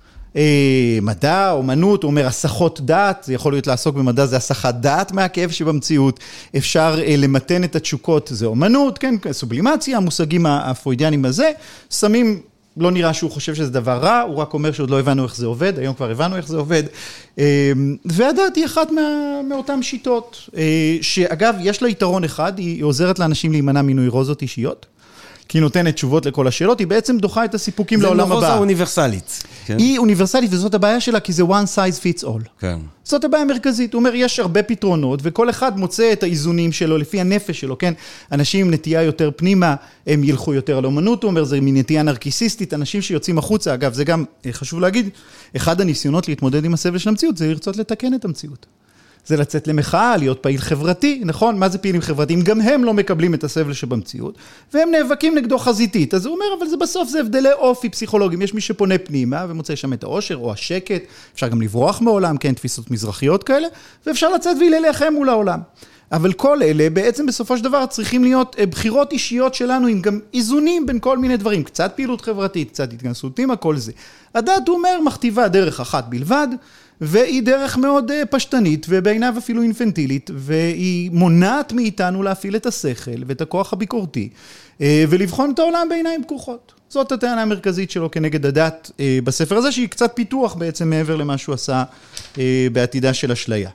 מדע, אומנות, הוא אומר הסחות דעת, זה יכול להיות לעסוק במדע, זה הסחת דעת מהכאב שבמציאות, אפשר למתן את התשוקות, זה אומנות, כן, סובלימציה, המושגים הפרוידיאנים הזה, סמים, לא נראה שהוא חושב שזה דבר רע, הוא רק אומר שעוד לא הבנו איך זה עובד, היום כבר הבנו איך זה עובד, והדעת היא אחת מאותן שיטות, שאגב, יש לה יתרון אחד, היא עוזרת לאנשים להימנע מנוירוזות אישיות, כי היא נותנת תשובות לכל השאלות, היא בעצם דוחה את הסיפוקים לעולם הבא. זה נוירוזה אוניברסלית. היא אוניברסלית, וזאת הבעיה שלה, כי זה one size fits all. כן. זאת הבעיה המרכזית. הוא אומר, יש הרבה פתרונות, וכל אחד מוצא את האיזונים שלו, לפי הנפש שלו, כן? אנשים עם נטייה יותר פנימה, הם ילכו יותר על אומנות, הוא אומר, זה מנטייה נרקיסיסטית, אנשים שיוצאים החוצה, אגב, זה גם, חשוב להגיד, אחד הניסיונות להתמודד עם הסבל של המציאות, זה לרצות לתקן את המציאות. זה לצאת למחאה, להיות פעיל חברתי, נכון? מה זה פעילים חברתיים? גם הם לא מקבלים את הסבל שבמציאות, והם נאבקים נגדו חזיתית. אז הוא אומר, אבל זה בסוף זה הבדלי אופי פסיכולוגיים. יש מי שפונה פנימה ומוצא שם את האושר או השקט, אפשר גם לברוח מעולם, כן, תפיסות מזרחיות כאלה, ואפשר לצאת ולהילחם מול העולם. אבל כל אלה בעצם בסופו של דבר צריכים להיות בחירות אישיות שלנו עם גם איזונים בין כל מיני דברים, קצת פעילות חברתית, קצת התגנסות עם הכל זה. הדת, הוא אומר, מכתיבה דרך אחת בלבד, והיא דרך מאוד פשטנית ובעיניו אפילו אינפנטילית, והיא מונעת מאיתנו להפעיל את השכל ואת הכוח הביקורתי, ולבחון את העולם בעיניים פקוחות. זאת הטענה המרכזית שלו כנגד הדת בספר הזה, שהיא קצת פיתוח בעצם מעבר למה שהוא עשה בעתידה של אשליה.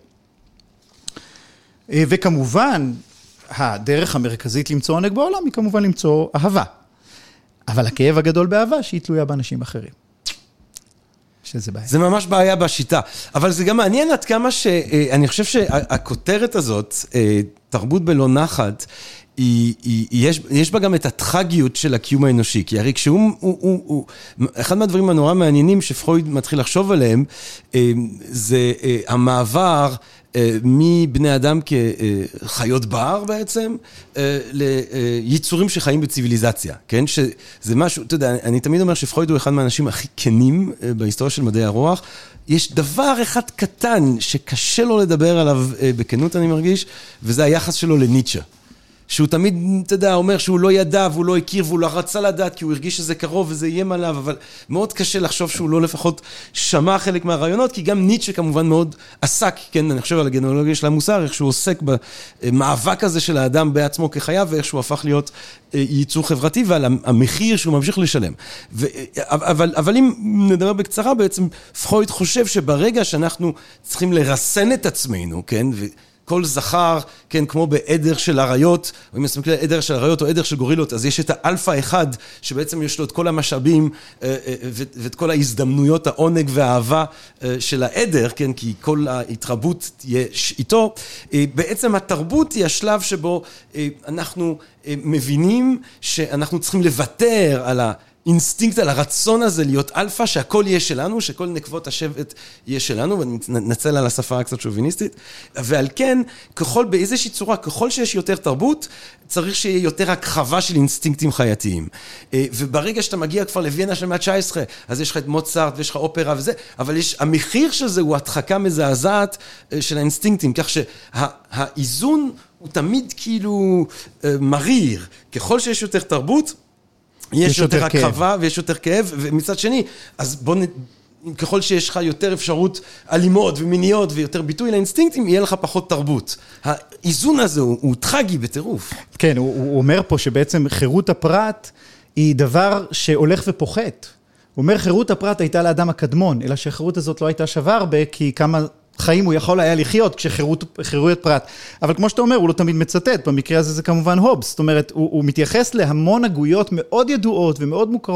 וכמובן, הדרך המרכזית למצוא עונג בעולם היא כמובן למצוא אהבה. אבל הכאב הגדול באהבה שהיא תלויה באנשים אחרים. שזה בעיה. זה ממש בעיה בשיטה. אבל זה גם מעניין עד כמה שאני חושב שהכותרת הזאת, תרבות בלא נחת, יש בה גם את הטרגיות של הקיום האנושי, כי הרי כשהוא, אחד מהדברים הנורא מעניינים שפרויד מתחיל לחשוב עליהם, זה המעבר מבני אדם כחיות בר בעצם, ליצורים שחיים בציביליזציה, כן? שזה משהו, אתה יודע, אני תמיד אומר שפרויד הוא אחד מהאנשים הכי כנים בהיסטוריה של מדעי הרוח, יש דבר אחד קטן שקשה לו לדבר עליו בכנות אני מרגיש, וזה היחס שלו לניטשה. שהוא תמיד, אתה יודע, אומר שהוא לא ידע והוא לא הכיר והוא לא רצה לדעת כי הוא הרגיש שזה קרוב וזה איים עליו, אבל מאוד קשה לחשוב שהוא לא לפחות שמע חלק מהרעיונות, כי גם ניטשה כמובן מאוד עסק, כן, אני חושב על הגנאולוגיה של המוסר, איך שהוא עוסק במאבק הזה של האדם בעצמו כחייו, ואיך שהוא הפך להיות ייצור חברתי, ועל המחיר שהוא ממשיך לשלם. אבל אם נדבר בקצרה, בעצם פרויד חושב שברגע שאנחנו צריכים לרסן את עצמנו, כן, כל זכר, כן, כמו בעדר של אריות, או אם נסתכל על עדר של אריות או עדר של גורילות, אז יש את האלפא אחד, שבעצם יש לו את כל המשאבים, ואת כל ההזדמנויות, העונג והאהבה של העדר, כן, כי כל ההתרבות תהיה איתו. בעצם התרבות היא השלב שבו אנחנו מבינים שאנחנו צריכים לוותר על אינסטינקט, על הרצון הזה להיות אלפא, שהכל יהיה שלנו, שכל נקבות השבט יהיה שלנו, ואני נצל על השפה הקצת שוביניסטית, ועל כן, באיזושהי צורה, ככל שיש יותר תרבות, צריך שיהיה יותר הכחבה של אינסטינקטים חייתיים. וברגע שאתה מגיע כבר לווינה של המאה ה-19, אז יש לך את מוצרט ויש לך אופרה וזה, אבל המחיר של זה הוא הדחקה מזעזעת של האינסטינקטים, כך שהאיזון הוא תמיד כאילו מריר. ככל שיש יותר תרבות, יש יותר הכחבה ויש יותר כאב, ומצד שני, אז ככל שיש לך יותר אפשרות אלימות ומיניות ויותר ביטוי לאינסטינקטים, יהיה לך פחות תרבות. האיזון הזה הוא טרגי בטירוף. כן, הוא אומר פה שבעצם חירות הפרט היא דבר שהולך ופוחת. הוא אומר חירות הפרט הייתה לאדם הקדמון, אלא שהחירות הזאת לא הייתה שווה הרבה, כי כמה חיים הוא יכול היה לחיות כשחירויות פרט. אבל כמו שאתה אומר, הוא לא תמיד מצטט, במקרה הזה זה כמובן הובס, זאת אומרת, הוא מתייחס להמון הגויות מאוד ידועות ומאוד מוכרות,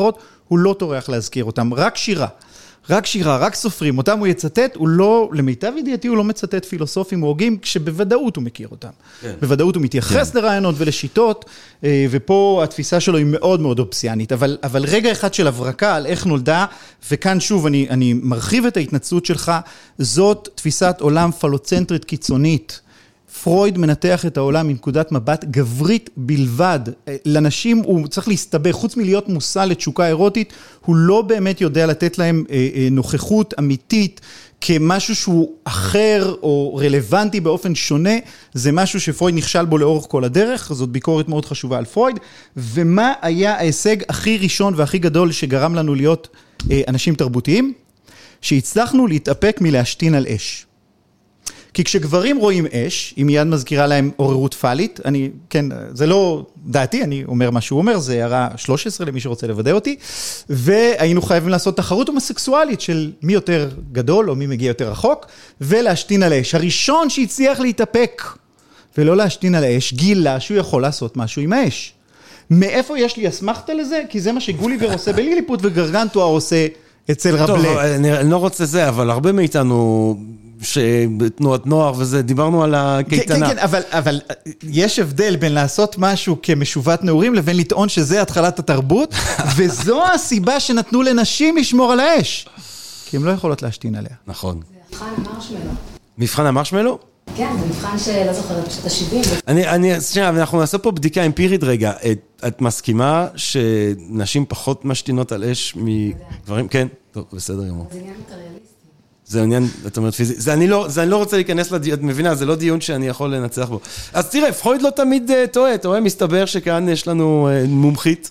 הוא לא טורח להזכיר אותם, רק שירה. רק שירה, רק סופרים, אותם הוא יצטט, הוא לא, למיטב ידיעתי הוא לא מצטט פילוסופים או הוגים, כשבוודאות הוא מכיר אותם. כן. בוודאות הוא מתייחס כן. לרעיונות ולשיטות, ופה התפיסה שלו היא מאוד מאוד אופסיאנית, אבל רגע אחד של הברקה על איך נולדה, וכאן שוב אני מרחיב את ההתנצלות שלך, זאת תפיסת עולם פלוצנטרית קיצונית, פרויד מנתח את העולם מנקודת מבט גברית בלבד. לנשים הוא צריך להסתבך, חוץ מלהיות מושא לתשוקה אירוטית, הוא לא באמת יודע לתת להם נוכחות אמיתית, כמשהו שהוא אחר או רלוונטי באופן שונה, זה משהו שפרויד נכשל בו לאורך כל הדרך, זאת ביקורת מאוד חשובה על פרויד, ומה היה ההישג הכי ראשון והכי גדול שגרם לנו להיות אנשים תרבותיים? שהצלחנו להתאפק מלהשתין על אש. כי כשגברים רואים אש, היא מיד מזכירה להם עוררות פלית, כן, זה לא דעתי, אני אומר מה שהוא אומר, זה הערה 13 למי שרוצה לוודא אותי, והיינו חייבים לעשות תחרות הומוסקסואלית של מי יותר גדול או מי מגיע יותר רחוק, ולהשתין על אש. הראשון שהצליח להתאפק ולא להשתין על האש, גילה שהוא יכול לעשות משהו עם האש. מאיפה יש לי אסמכתה לזה? כי זה מה שגוליבר עושה בליליפוט וגרגנטואר עושה אצל רבלה. טוב, אני לא רוצה זה, אבל הרבה מאיתנו שבתנועת נוער וזה, דיברנו על הקייטנה. כן, אבל יש הבדל בין לעשות משהו כמשובת נעורים, לבין לטעון שזה התחלת התרבות, וזו הסיבה שנתנו לנשים לשמור על האש. כי הן לא יכולות להשתין עליה. נכון. זה מבחן המרשמלו. מבחן המרשמלו? כן, זה מבחן שלא זוכרת, פשוט ה-70. אנחנו נעשה פה בדיקה אמפירית רגע. את מסכימה שנשים פחות משתינות על אש מגברים? כן? טוב, בסדר גמור. זה עניין מטריאליסטי. זה עניין, את אומרת פיזי, זה אני לא רוצה להיכנס לדיון, את מבינה, זה לא דיון שאני יכול לנצח בו. אז תראה, פרויד לא תמיד טועה, מסתבר שכאן יש לנו מומחית.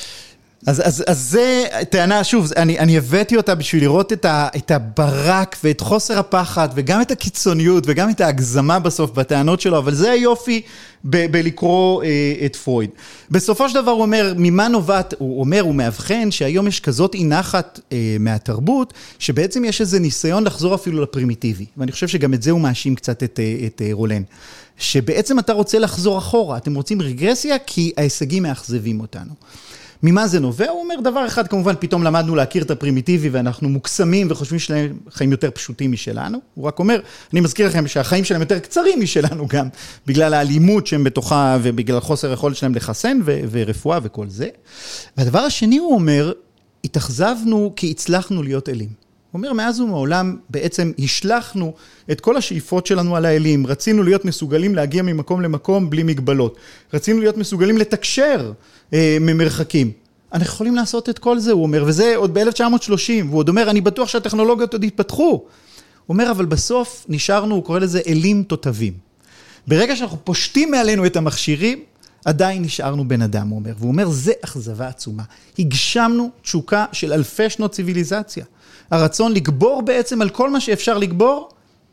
אז זה טענה, שוב, אני הבאתי אותה בשביל לראות את הברק ואת חוסר הפחד, וגם את הקיצוניות, וגם את ההגזמה בסוף בטענות שלו, אבל זה היופי בלקרוא את פרויד. בסופו של דבר הוא אומר, ממה נובעת, הוא אומר, הוא מאבחן שהיום יש כזאת אי-נחת מהתרבות, שבעצם יש איזה ניסיון לחזור אפילו לפרימיטיבי, ואני חושב שגם את זה הוא מאשים קצת את רולן, שבעצם אתה רוצה לחזור אחורה, אתם רוצים רגרסיה, כי ההישגים מאכזבים אותנו. ממה זה נובע? הוא אומר דבר אחד, כמובן פתאום למדנו להכיר את הפרימיטיבי ואנחנו מוקסמים וחושבים שלהם חיים יותר פשוטים משלנו. הוא רק אומר, אני מזכיר לכם שהחיים שלהם יותר קצרים משלנו גם, בגלל האלימות שהם בתוכה ובגלל חוסר יכולת שלהם לחסן ורפואה וכל זה. והדבר השני הוא אומר, התאכזבנו כי הצלחנו להיות אלים. הוא אומר, מאז ומעולם בעצם השלחנו את כל השאיפות שלנו על האלים, רצינו להיות מסוגלים להגיע ממקום למקום בלי מגבלות, רצינו להיות מסוגלים לתקשר ממרחקים. אנחנו יכולים לעשות את כל זה, הוא אומר, וזה עוד ב-1930, והוא עוד אומר, אני בטוח שהטכנולוגיות עוד יתפתחו. הוא אומר, אבל בסוף נשארנו, הוא קורא לזה אלים תותבים. ברגע שאנחנו פושטים מעלינו את המכשירים, עדיין נשארנו בן אדם, הוא אומר. והוא אומר, זה אכזבה עצומה. הגשמנו תשוקה של אלפי שנות ציוויליזציה. הרצון לגבור בעצם על כל מה שאפשר לגבור,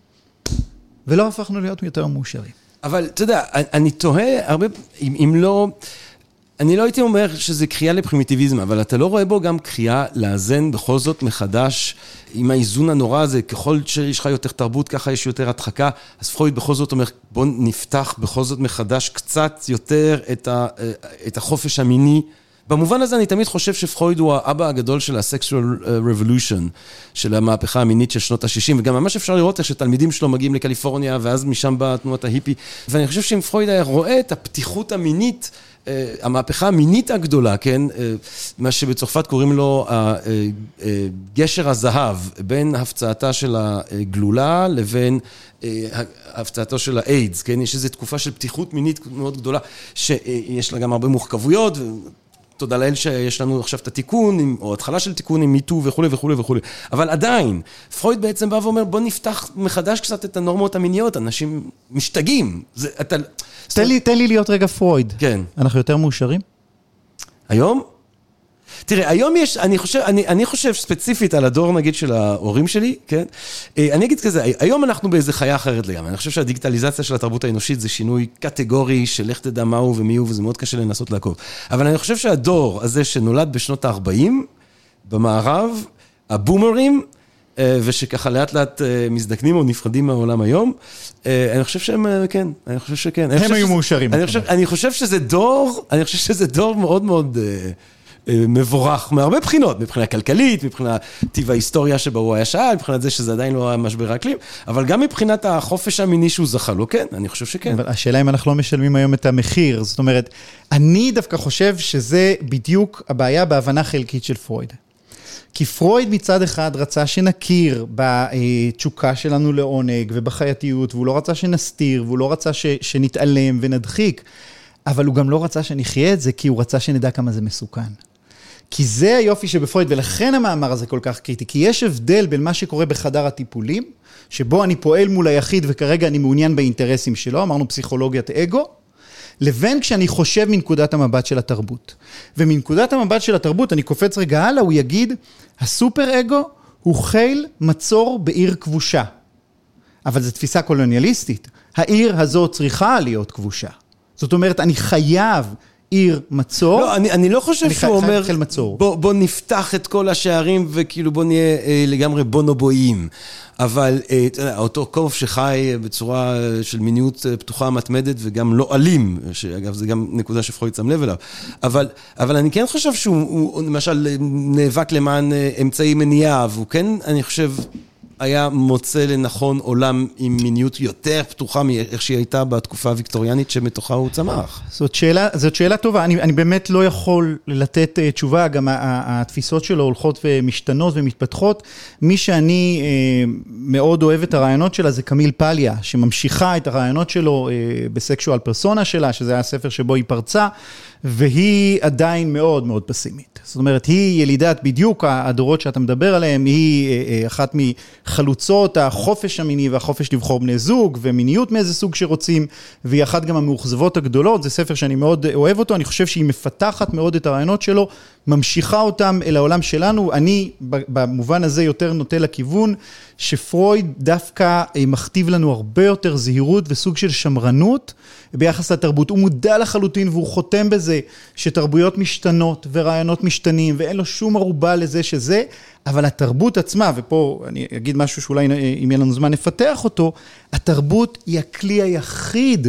ולא הפכנו להיות יותר מאושרים. אבל אתה יודע, אני תוהה הרבה, אם לא, אני לא הייתי אומר שזה קריאה לפרימיטיביזם, אבל אתה לא רואה בו גם קריאה לאזן בכל זאת מחדש, עם האיזון הנורא הזה, ככל שיש לך יותר תרבות, ככה יש יותר הדחקה, אז פרויד בכל זאת אומר, בוא נפתח בכל זאת מחדש קצת יותר את החופש המיני, במובן הזה אני תמיד חושב שפרויד הוא האבא הגדול של ה-sexual revolution, של המהפכה המינית של שנות ה-60, וגם ממש אפשר לראות איך שתלמידים שלו מגיעים לקליפורניה, ואז משם באה תנועת ההיפי, ואני חושב שאם פרויד היה רואה את הפתיחות המינית, המהפכה המינית הגדולה, כן, מה שבצרפת קוראים לו גשר הזהב, בין הפצעתה של הגלולה לבין הפצעתו של האיידס, כן, יש איזו תקופה של פתיחות מינית מאוד גדולה, שיש לה גם הרבה מורכבויות, תודה לאל שיש לנו עכשיו את התיקון, או התחלה של תיקון עם מיטו וכו' וכו' וכו'. אבל עדיין, פרויד בעצם בא ואומר, בוא נפתח מחדש קצת את הנורמות המיניות, אנשים משתגעים. תן לי להיות רגע פרויד. כן. אנחנו יותר מאושרים? היום? תראה, היום יש, אני חושב ספציפית על הדור, נגיד, של ההורים שלי, כן? אני אגיד כזה, היום אנחנו באיזה חיה אחרת לגמרי. אני חושב שהדיגיטליזציה של התרבות האנושית זה שינוי קטגורי של איך תדע מהו ומיהו, וזה מאוד קשה לנסות לעקוב. אבל אני חושב שהדור הזה שנולד בשנות ה-40, במערב, הבומרים, ושככה לאט לאט מזדקנים או נפרדים מהעולם היום, אני חושב שהם, כן, אני חושב שכן. הם היו מאושרים. אני חושב שזה דור מאוד מאוד מבורך מהרבה בחינות, מבחינה כלכלית, מבחינה טיב ההיסטוריה שבה הוא היה שאל, מבחינת זה שזה עדיין לא היה משבר האקלים, אבל גם מבחינת החופש המיני שהוא זכה לו, כן, אני חושב שכן. אבל השאלה אם אנחנו לא משלמים היום את המחיר, זאת אומרת, אני דווקא חושב שזה בדיוק הבעיה בהבנה חלקית של פרויד. כי פרויד מצד אחד רצה שנכיר בתשוקה שלנו לעונג ובחייתיות, והוא לא רצה שנסתיר, והוא לא רצה שנתעלם ונדחיק, אבל הוא גם לא רצה שנחיה את זה, כי הוא רצה שנדע כמה זה מסוכן. כי זה היופי שבפרויד, ולכן המאמר הזה כל כך קריטי, כי יש הבדל בין מה שקורה בחדר הטיפולים, שבו אני פועל מול היחיד וכרגע אני מעוניין באינטרסים שלו, אמרנו פסיכולוגיית אגו, לבין כשאני חושב מנקודת המבט של התרבות. ומנקודת המבט של התרבות, אני קופץ רגע הלאה, הוא יגיד, הסופר אגו הוא חיל מצור בעיר כבושה. אבל זו תפיסה קולוניאליסטית. העיר הזאת צריכה להיות כבושה. זאת אומרת, אני חייב עיר מצור. לא, אני לא חושב שהוא אומר, בוא נפתח את כל השערים וכאילו בוא נהיה לגמרי בונובויים. אבל אותו קוף שחי בצורה של מיניות פתוחה מתמדת וגם לא אלים, שאגב זה גם נקודה שפרויד שם לב אליו, אבל אני כן חושב שהוא למשל נאבק למען אמצעי מניעה, והוא כן, אני חושב, היה מוצא לנכון עולם עם מיניות יותר פתוחה מאיך שהיא הייתה בתקופה הוויקטוריאנית שמתוכה הוא צמח. זאת שאלה טובה, אני באמת לא יכול לתת תשובה, גם התפיסות שלו הולכות ומשתנות ומתפתחות. מי שאני מאוד אוהב את הרעיונות שלה זה קמיל פליה, שממשיכה את הרעיונות שלו בסקשואל פרסונה שלה, שזה היה הספר שבו היא פרצה, והיא עדיין מאוד מאוד פסימית. זאת אומרת, היא ילידת בדיוק הדורות שאתה מדבר עליהם, היא אחת מחלוצות החופש המיני והחופש לבחור בני זוג, ומיניות מאיזה סוג שרוצים, והיא אחת גם המאוכזבות הגדולות, זה ספר שאני מאוד אוהב אותו, אני חושב שהיא מפתחת מאוד את הרעיונות שלו, ממשיכה אותם אל העולם שלנו, אני במובן הזה יותר נוטה לכיוון, שפרויד דווקא מכתיב לנו הרבה יותר זהירות וסוג של שמרנות ביחס לתרבות. הוא מודע לחלוטין והוא חותם בזה שתרבויות משתנות ורעיונות משתנים ואין לו שום ערובה לזה שזה, אבל התרבות עצמה, ופה אני אגיד משהו שאולי אם יהיה לנו זמן נפתח אותו, התרבות היא הכלי היחיד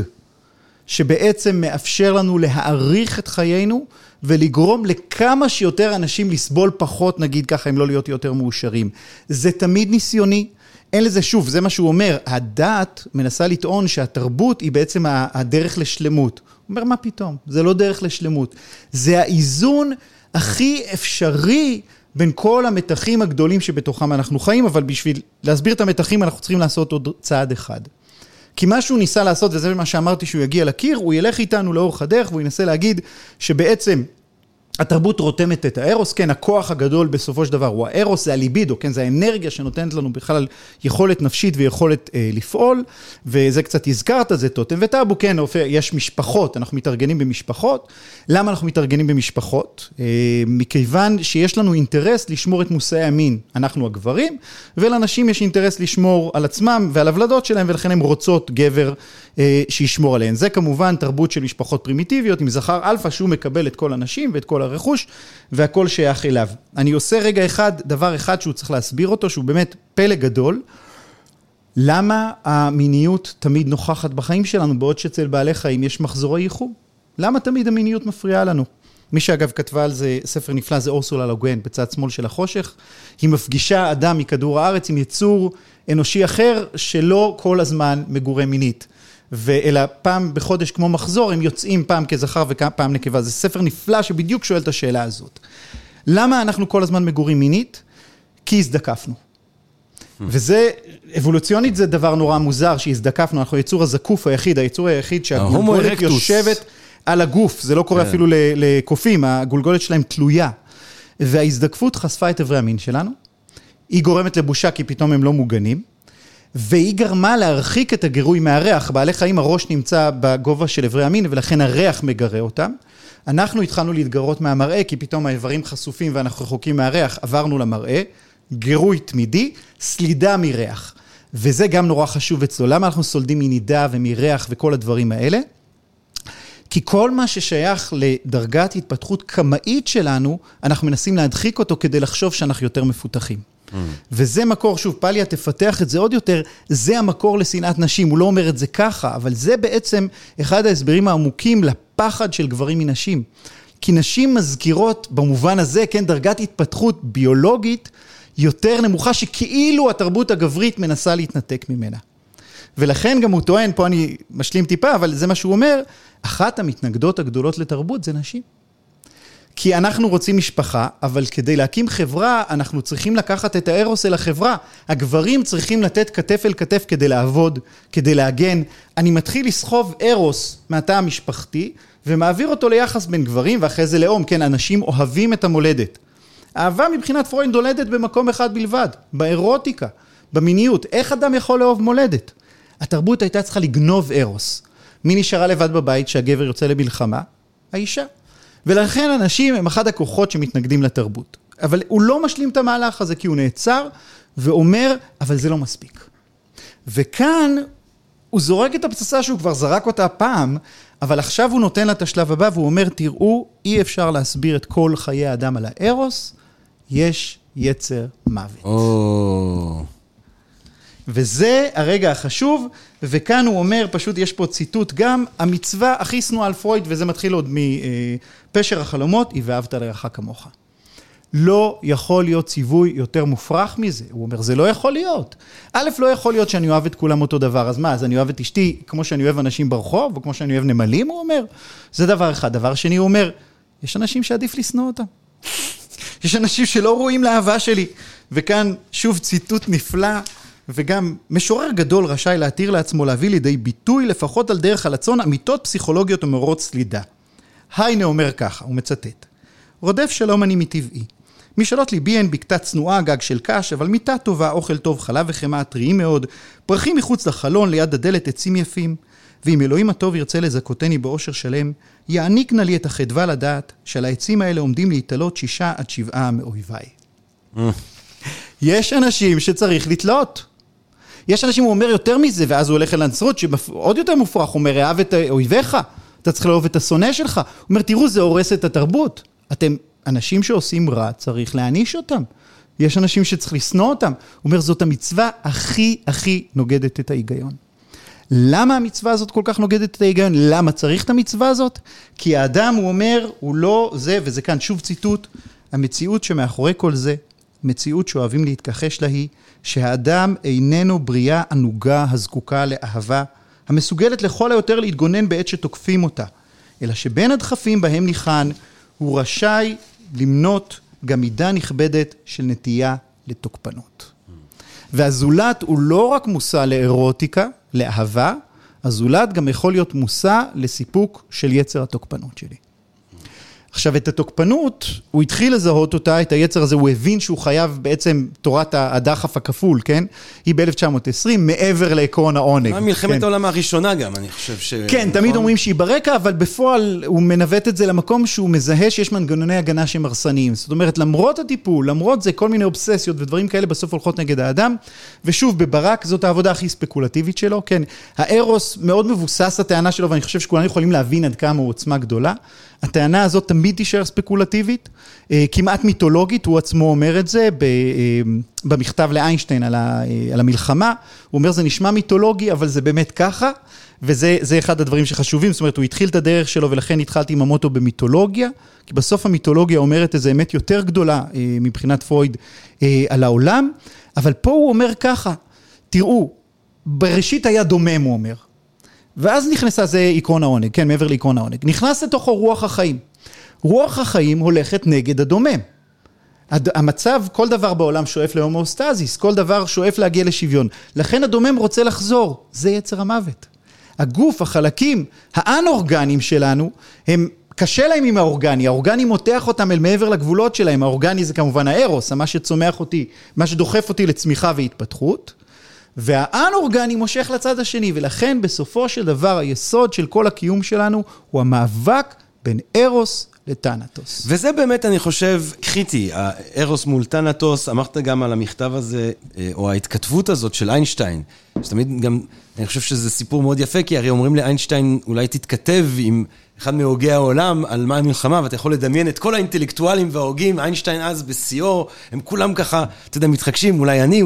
שבעצם מאפשר לנו להעריך את חיינו ולגרום לכמה שיותר אנשים לסבול פחות, נגיד ככה, אם לא להיות יותר מאושרים. זה תמיד ניסיוני. אין לזה, שוב, זה מה שהוא אומר, הדת מנסה לטעון שהתרבות היא בעצם הדרך לשלמות. הוא אומר, מה פתאום? זה לא דרך לשלמות. זה האיזון הכי אפשרי בין כל המתחים הגדולים שבתוכם אנחנו חיים, אבל בשביל להסביר את המתחים אנחנו צריכים לעשות עוד צעד אחד. כי מה שהוא ניסה לעשות, וזה מה שאמרתי שהוא יגיע לקיר, הוא ילך איתנו לאורך הדרך, והוא ינסה להגיד שבעצם התרבות רותמת את הארוס, כן, הכוח הגדול בסופו של דבר הוא הארוס, זה הליבידו, כן, זה האנרגיה שנותנת לנו בכלל יכולת נפשית ויכולת לפעול, וזה קצת הזכרת, זה טוטם וטאבו, כן, יש משפחות, אנחנו מתארגנים במשפחות. למה אנחנו מתארגנים במשפחות? מכיוון שיש לנו אינטרס לשמור את מושאי המין, אנחנו הגברים, ולאנשים יש אינטרס לשמור על עצמם ועל הוולדות שלהם, ולכן הם רוצות גבר שישמור עליהן. זה כמובן תרבות של משפחות פרימיטיביות, עם זכר אלפא שהוא מקבל את כל הנשים ואת כל הרכוש, והכל שייך אליו. אני עושה רגע אחד, דבר אחד שהוא צריך להסביר אותו, שהוא באמת פלא גדול. למה המיניות תמיד נוכחת בחיים שלנו, בעוד שאצל בעלי חיים יש מחזורי ייחום? למה תמיד המיניות מפריעה לנו? מי שאגב כתבה על זה ספר נפלא, זה אורסולה לגוין, בצד שמאל של החושך. היא מפגישה אדם מכדור הארץ עם יצור אנושי אחר, שלא כל הזמן מגורה מינית. אלא פעם בחודש כמו מחזור, הם יוצאים פעם כזכר ופעם נקבה. זה ספר נפלא שבדיוק שואל את השאלה הזאת. למה אנחנו כל הזמן מגורים מינית? כי הזדקפנו. וזה, אבולוציונית זה דבר נורא מוזר, שהזדקפנו, אנחנו היצור הזקוף היחיד, היצור היחיד שהגולגולת יושבת על הגוף, זה לא קורה אפילו לקופים, הגולגולת שלהם תלויה. וההזדקפות חשפה את אברי המין שלנו, היא גורמת לבושה כי פתאום הם לא מוגנים, והיא גרמה להרחיק את הגירוי מהריח. בעלי חיים הראש נמצא בגובה של אברי המין, ולכן הריח מגרה אותם. אנחנו התחלנו להתגרות מהמראה, כי פתאום האיברים חשופים ואנחנו רחוקים מהריח, עברנו למראה, גירוי תמידי, סלידה מריח. וזה גם נורא חשוב אצלו. למה אנחנו סולדים מנידה ומריח וכל הדברים האלה? כי כל מה ששייך לדרגת התפתחות קמאית שלנו, אנחנו מנסים להדחיק אותו כדי לחשוב שאנחנו יותר מפותחים. וזה מקור, שוב, פליה תפתח את זה עוד יותר, זה המקור לשנאת נשים, הוא לא אומר את זה ככה, אבל זה בעצם אחד ההסברים העמוקים לפחד של גברים מנשים. כי נשים מזכירות במובן הזה, כן, דרגת התפתחות ביולוגית יותר נמוכה, שכאילו התרבות הגברית מנסה להתנתק ממנה. ולכן גם הוא טוען, פה אני משלים טיפה, אבל זה מה שהוא אומר, אחת המתנגדות הגדולות לתרבות זה נשים. כי אנחנו רוצים משפחה, אבל כדי להקים חברה, אנחנו צריכים לקחת את הארוס אל החברה. הגברים צריכים לתת כתף אל כתף כדי לעבוד, כדי להגן. אני מתחיל לסחוב ארוס מהתא המשפחתי, ומעביר אותו ליחס בין גברים, ואחרי זה לאום. כן, אנשים אוהבים את המולדת. אהבה מבחינת פרויד נולדת במקום אחד בלבד, באירוטיקה, במיניות. איך אדם יכול לאהוב מולדת? התרבות הייתה צריכה לגנוב ארוס. מי נשארה לבד בבית שהגבר יוצא למלחמה? האישה. ולכן אנשים הם אחד הכוחות שמתנגדים לתרבות. אבל הוא לא משלים את המהלך הזה, כי הוא נעצר ואומר, אבל זה לא מספיק. וכאן הוא זורק את הפצצה שהוא כבר זרק אותה פעם, אבל עכשיו הוא נותן לה את השלב הבא, והוא אומר, תראו, אי אפשר להסביר את כל חיי האדם על הארוס, יש יצר מוות. וזה הרגע החשוב, וכאן הוא אומר, פשוט יש פה ציטוט גם, המצווה הכי שנואה על פרויד, וזה מתחיל עוד מפשר החלומות, היא ואהבת לרעך כמוך. לא יכול להיות ציווי יותר מופרך מזה. הוא אומר, זה לא יכול להיות. א', לא יכול להיות שאני אוהב את כולם אותו דבר, אז מה, אז אני אוהב את אשתי כמו שאני אוהב אנשים ברחוב, או כמו שאני אוהב נמלים, הוא אומר. זה דבר אחד. דבר שני, הוא אומר, יש אנשים שעדיף לשנוא אותם. יש אנשים שלא רואים לאהבה שלי. וכאן שוב ציטוט נפלא, וגם משורר גדול רשאי להתיר לעצמו להביא לידי ביטוי, לפחות על דרך הלצון, אמיתות פסיכולוגיות ומורות סלידה. היינה אומר ככה, הוא מצטט. רודף שלום אני מטבעי. משאלות ליבי הן בקתה צנועה, גג של קש, אבל מיטה טובה, אוכל טוב, חלב וחמאה טריים מאוד, פרחים מחוץ לחלון, ליד הדלת עצים יפים, ואם אלוהים הטוב ירצה לזכותני באושר שלם, יעניק נא לי את החדווה לדעת, שעל העצים האלה עומדים להתעלות 6 עד 7 מאויביי. יש אנשים שצריך לתלות. יש אנשים, הוא אומר יותר מזה, ואז הוא הולך אל הנצרות, שעוד יותר מופרך, הוא אומר, אהב את אויביך, אתה צריך לאהוב את השונא שלך. הוא אומר, תראו, זה הורס את התרבות. אתם, אנשים שעושים רע, צריך להעניש אותם. יש אנשים שצריך לשנוא אותם. הוא אומר, זאת המצווה הכי נוגדת את ההיגיון. למה המצווה הזאת כל כך נוגדת את ההיגיון? למה צריך את המצווה הזאת? כי האדם, הוא אומר, הוא לא זה, וזה כאן שוב ציטוט, המציאות שמאחורי כל זה, מציאות שאוהבים להתכחש לה היא, שהאדם איננו בריאה ענוגה הזקוקה לאהבה, המסוגלת לכל היותר להתגונן בעת שתוקפים אותה, אלא שבין הדחפים בהם ניחן, הוא רשאי למנות גם מידה נכבדת של נטייה לתוקפנות. והזולת הוא לא רק מושא לאירוטיקה, לאהבה, הזולת גם יכול להיות מושא לסיפוק של יצר התוקפנות שלי. עכשיו, את התוקפנות, הוא התחיל לזהות אותה, את היצר הזה, הוא הבין שהוא חייב בעצם תורת הדחף הכפול, כן? היא ב-1920, מעבר לעקרון העונג. מלחמת העולם הראשונה גם, אני חושב ש... כן, תמיד אומרים שהיא ברקע, אבל בפועל הוא מנווט את זה למקום שהוא מזהה שיש מנגנוני הגנה שהם הרסניים. זאת אומרת, למרות הטיפול, למרות זה, כל מיני אובססיות ודברים כאלה בסוף הולכות נגד האדם, ושוב, בברק זאת העבודה הכי ספקולטיבית שלו, כן? הארוס מאוד מבוסס הטענה שלו, ואני חושב שכולנו יכולים להבין עד כמה הוא עוצמה גדולה. הטענה הזאת תמיד תישאר ספקולטיבית, כמעט מיתולוגית, הוא עצמו אומר את זה במכתב לאיינשטיין על המלחמה, הוא אומר זה נשמע מיתולוגי, אבל זה באמת ככה, וזה אחד הדברים שחשובים, זאת אומרת הוא התחיל את הדרך שלו, ולכן התחלתי עם המוטו במיתולוגיה, כי בסוף המיתולוגיה אומרת איזו אמת יותר גדולה מבחינת פרויד על העולם, אבל פה הוא אומר ככה, תראו, בראשית היה דומם, הוא אומר, ואז נכנסה, זה עקרון העונג, כן, מעבר לעקרון העונג. נכנס לתוכו רוח החיים. רוח החיים הולכת נגד הדומם. המצב, כל דבר בעולם שואף להומואוסטזיס, כל דבר שואף להגיע לשוויון. לכן הדומם רוצה לחזור, זה יצר המוות. הגוף, החלקים, האנורגנים שלנו, הם קשה להם עם האורגני, האורגני מותח אותם אל מעבר לגבולות שלהם, האורגני זה כמובן הארוס, מה שצומח אותי, מה שדוחף אותי לצמיחה והתפתחות, והאנורגני מושך לצד השני, ולכן בסופו של דבר היסוד של כל הקיום שלנו הוא המאבק בין ארוס לטנטוס. וזה באמת אני חושב קריטי, הארוס מול טנטוס, אמרת גם על המכתב הזה, או ההתכתבות הזאת של איינשטיין, שתמיד גם, אני חושב שזה סיפור מאוד יפה, כי הרי אומרים לאיינשטיין, אולי תתכתב עם אחד מהוגי העולם, על מה המלחמה, ואתה יכול לדמיין את כל האינטלקטואלים וההוגים, איינשטיין אז בשיאו, הם כולם ככה, אתה יודע, מתחגשים, אולי אני.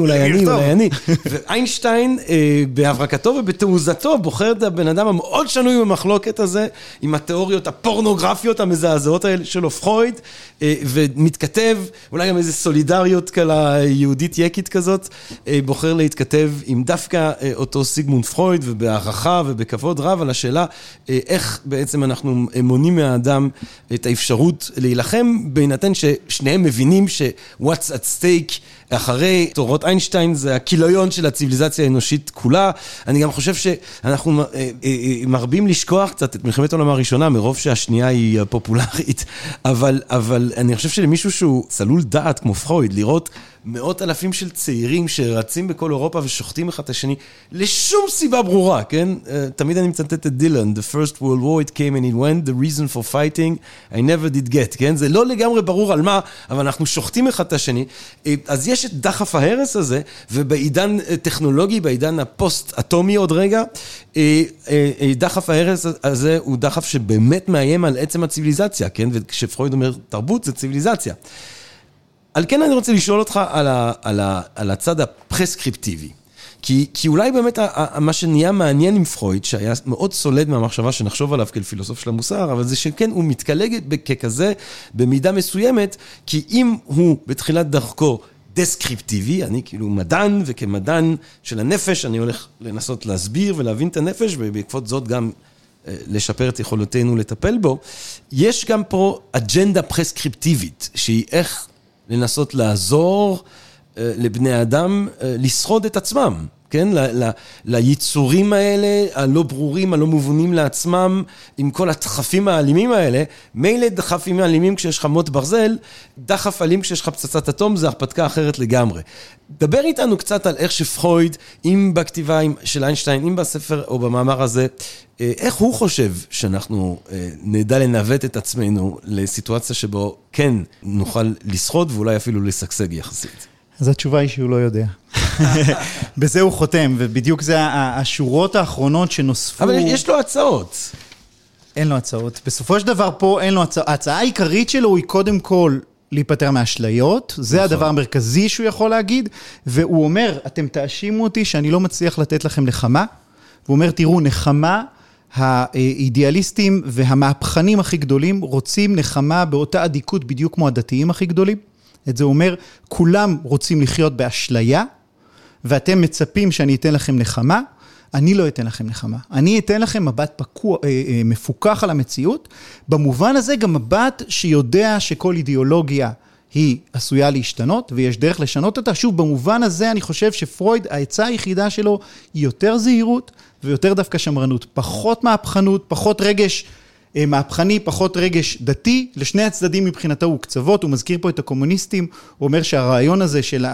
ואיינשטיין, בהברקתו ובתעוזתו, בוחר את הבן אדם המאוד שנוי במחלוקת הזה, עם התיאוריות הפורנוגרפיות המזעזעות האלה שלו, פרויד, ומתכתב, אולי גם איזו סולידריות כאלה יהודית יקית כזאת, בוחר להתכתב עם דווקא אותו סיגמונד פרויד, ובהערכה ובכבוד רב על השאלה, איך בעצם אנחנו מונים מהאדם את האפשרות להילחם, בהינתן ששניהם מבינים ש-what's at stake אחרי תורות איינשטיין, זה הכיליון של הציביליזציה האנושית כולה. אני גם חושב שאנחנו מרבים לשכוח קצת את מלחמת העולם הראשונה, מרוב שהשנייה היא פופולרית, אבל אני חושב שלמישהו שהוא צלול דעת כמו פרויד, לראות מאות אלפים של צעירים שרצים בכל אירופה ושוחטים אחד את השני, לשום סיבה ברורה, כן? תמיד אני מצטט את דילן, the first world war it came and it went, the reason for fighting I never did get, כן? זה לא לגמרי ברור על מה, אבל אנחנו שוחטים אחד את השני, אז יש את דחף ההרס הזה, ובעידן טכנולוגי, בעידן הפוסט-אטומי עוד רגע, דחף ההרס הזה הוא דחף שבאמת מאיים על עצם הציביליזציה, כן? וכשפרויד אומר תרבות זה ציביליזציה. על כן אני רוצה לשאול אותך על הצד הפרסקריפטיבי. כי אולי באמת מה שנהיה מעניין עם פרויד, שהיה מאוד סולד מהמחשבה שנחשוב עליו כפילוסוף של המוסר, אבל זה שכן הוא מתקלג ככזה במידה מסוימת, כי אם הוא בתחילת דרכו דסקריפטיבי, אני כאילו מדען, וכמדען של הנפש, אני הולך לנסות להסביר ולהבין את הנפש, ובעקבות זאת גם לשפר את יכולותינו לטפל בו, יש גם פה אג'נדה פרסקריפטיבית, שהיא איך לנסות לעזור לבני אדם לשרוד את עצמם, כן? ליצורים האלה, הלא ברורים, הלא מובנים לעצמם, עם כל הדחפים האלימים האלה, מילא דחפים האלימים כשיש לך מוט ברזל, דחף אלים כשיש לך פצצת אטום, זה הרפתקה אחרת לגמרי. דבר איתנו קצת על איך שפרויד, אם בכתיבה של איינשטיין, אם בספר או במאמר הזה, איך הוא חושב שאנחנו נדע לנווט את עצמנו לסיטואציה שבו כן נוכל לשרוד ואולי אפילו לשגשג יחסית. אז התשובה היא שהוא לא יודע. בזה הוא חותם, ובדיוק זה השורות האחרונות שנוספו. אבל יש לו הצעות. אין לו הצעות. בסופו של דבר פה אין לו הצעות. ההצעה העיקרית שלו היא קודם כל להיפטר מהאשליות, זה הדבר המרכזי שהוא יכול להגיד, והוא אומר, אתם תאשימו אותי שאני לא מצליח לתת לכם נחמה, והוא אומר, תראו, נחמה, האידיאליסטים והמהפכנים הכי גדולים רוצים נחמה באותה עדיקות בדיוק כמו הדתיים הכי גדולים. את זה אומר, כולם רוצים לחיות באשליה, ואתם מצפים שאני אתן לכם נחמה, אני לא אתן לכם נחמה. אני אתן לכם מבט מפוקח על המציאות, במובן הזה גם מבט שיודע שכל אידיאולוגיה היא עשויה להשתנות, ויש דרך לשנות אותה. שוב, במובן הזה אני חושב שפרויד, העצה היחידה שלו היא יותר זהירות, ויותר דווקא שמרנות. פחות מהפכנות, פחות רגש מהפכני, פחות רגש דתי, לשני הצדדים מבחינתו הוא קצוות, הוא מזכיר פה את הקומוניסטים, הוא אומר שהרעיון הזה של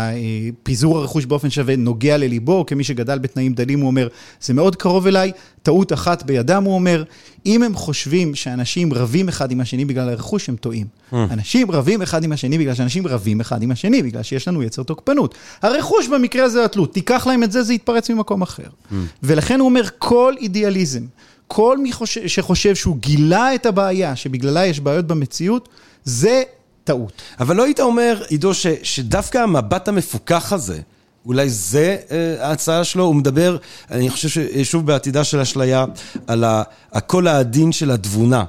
פיזור הרכוש באופן שווה נוגע לליבו, כמי שגדל בתנאים דלים, הוא אומר, זה מאוד קרוב אליי, טעות אחת בידם, הוא אומר, אם הם חושבים שאנשים רבים אחד עם השני בגלל הרכוש, הם טועים. אנשים רבים אחד עם השני בגלל שאנשים רבים אחד עם השני, בגלל שיש לנו יצר תוקפנות. הרכוש במקרה הזה התלות, תיקח להם את זה, זה יתפרץ ממקום אחר. ולכן הוא אומר, כל אידיאליזם, כל מי שחושב שהוא גילה את הבעיה, שבגללה יש בעיות במציאות, זה טעות. אבל לא היית אומר, עידו, שדווקא המבט המפוקח הזה, אולי זה ההצעה שלו, הוא מדבר, אני חושב ששוב בעתידה של אשליה, על הקול העדין של התבונה,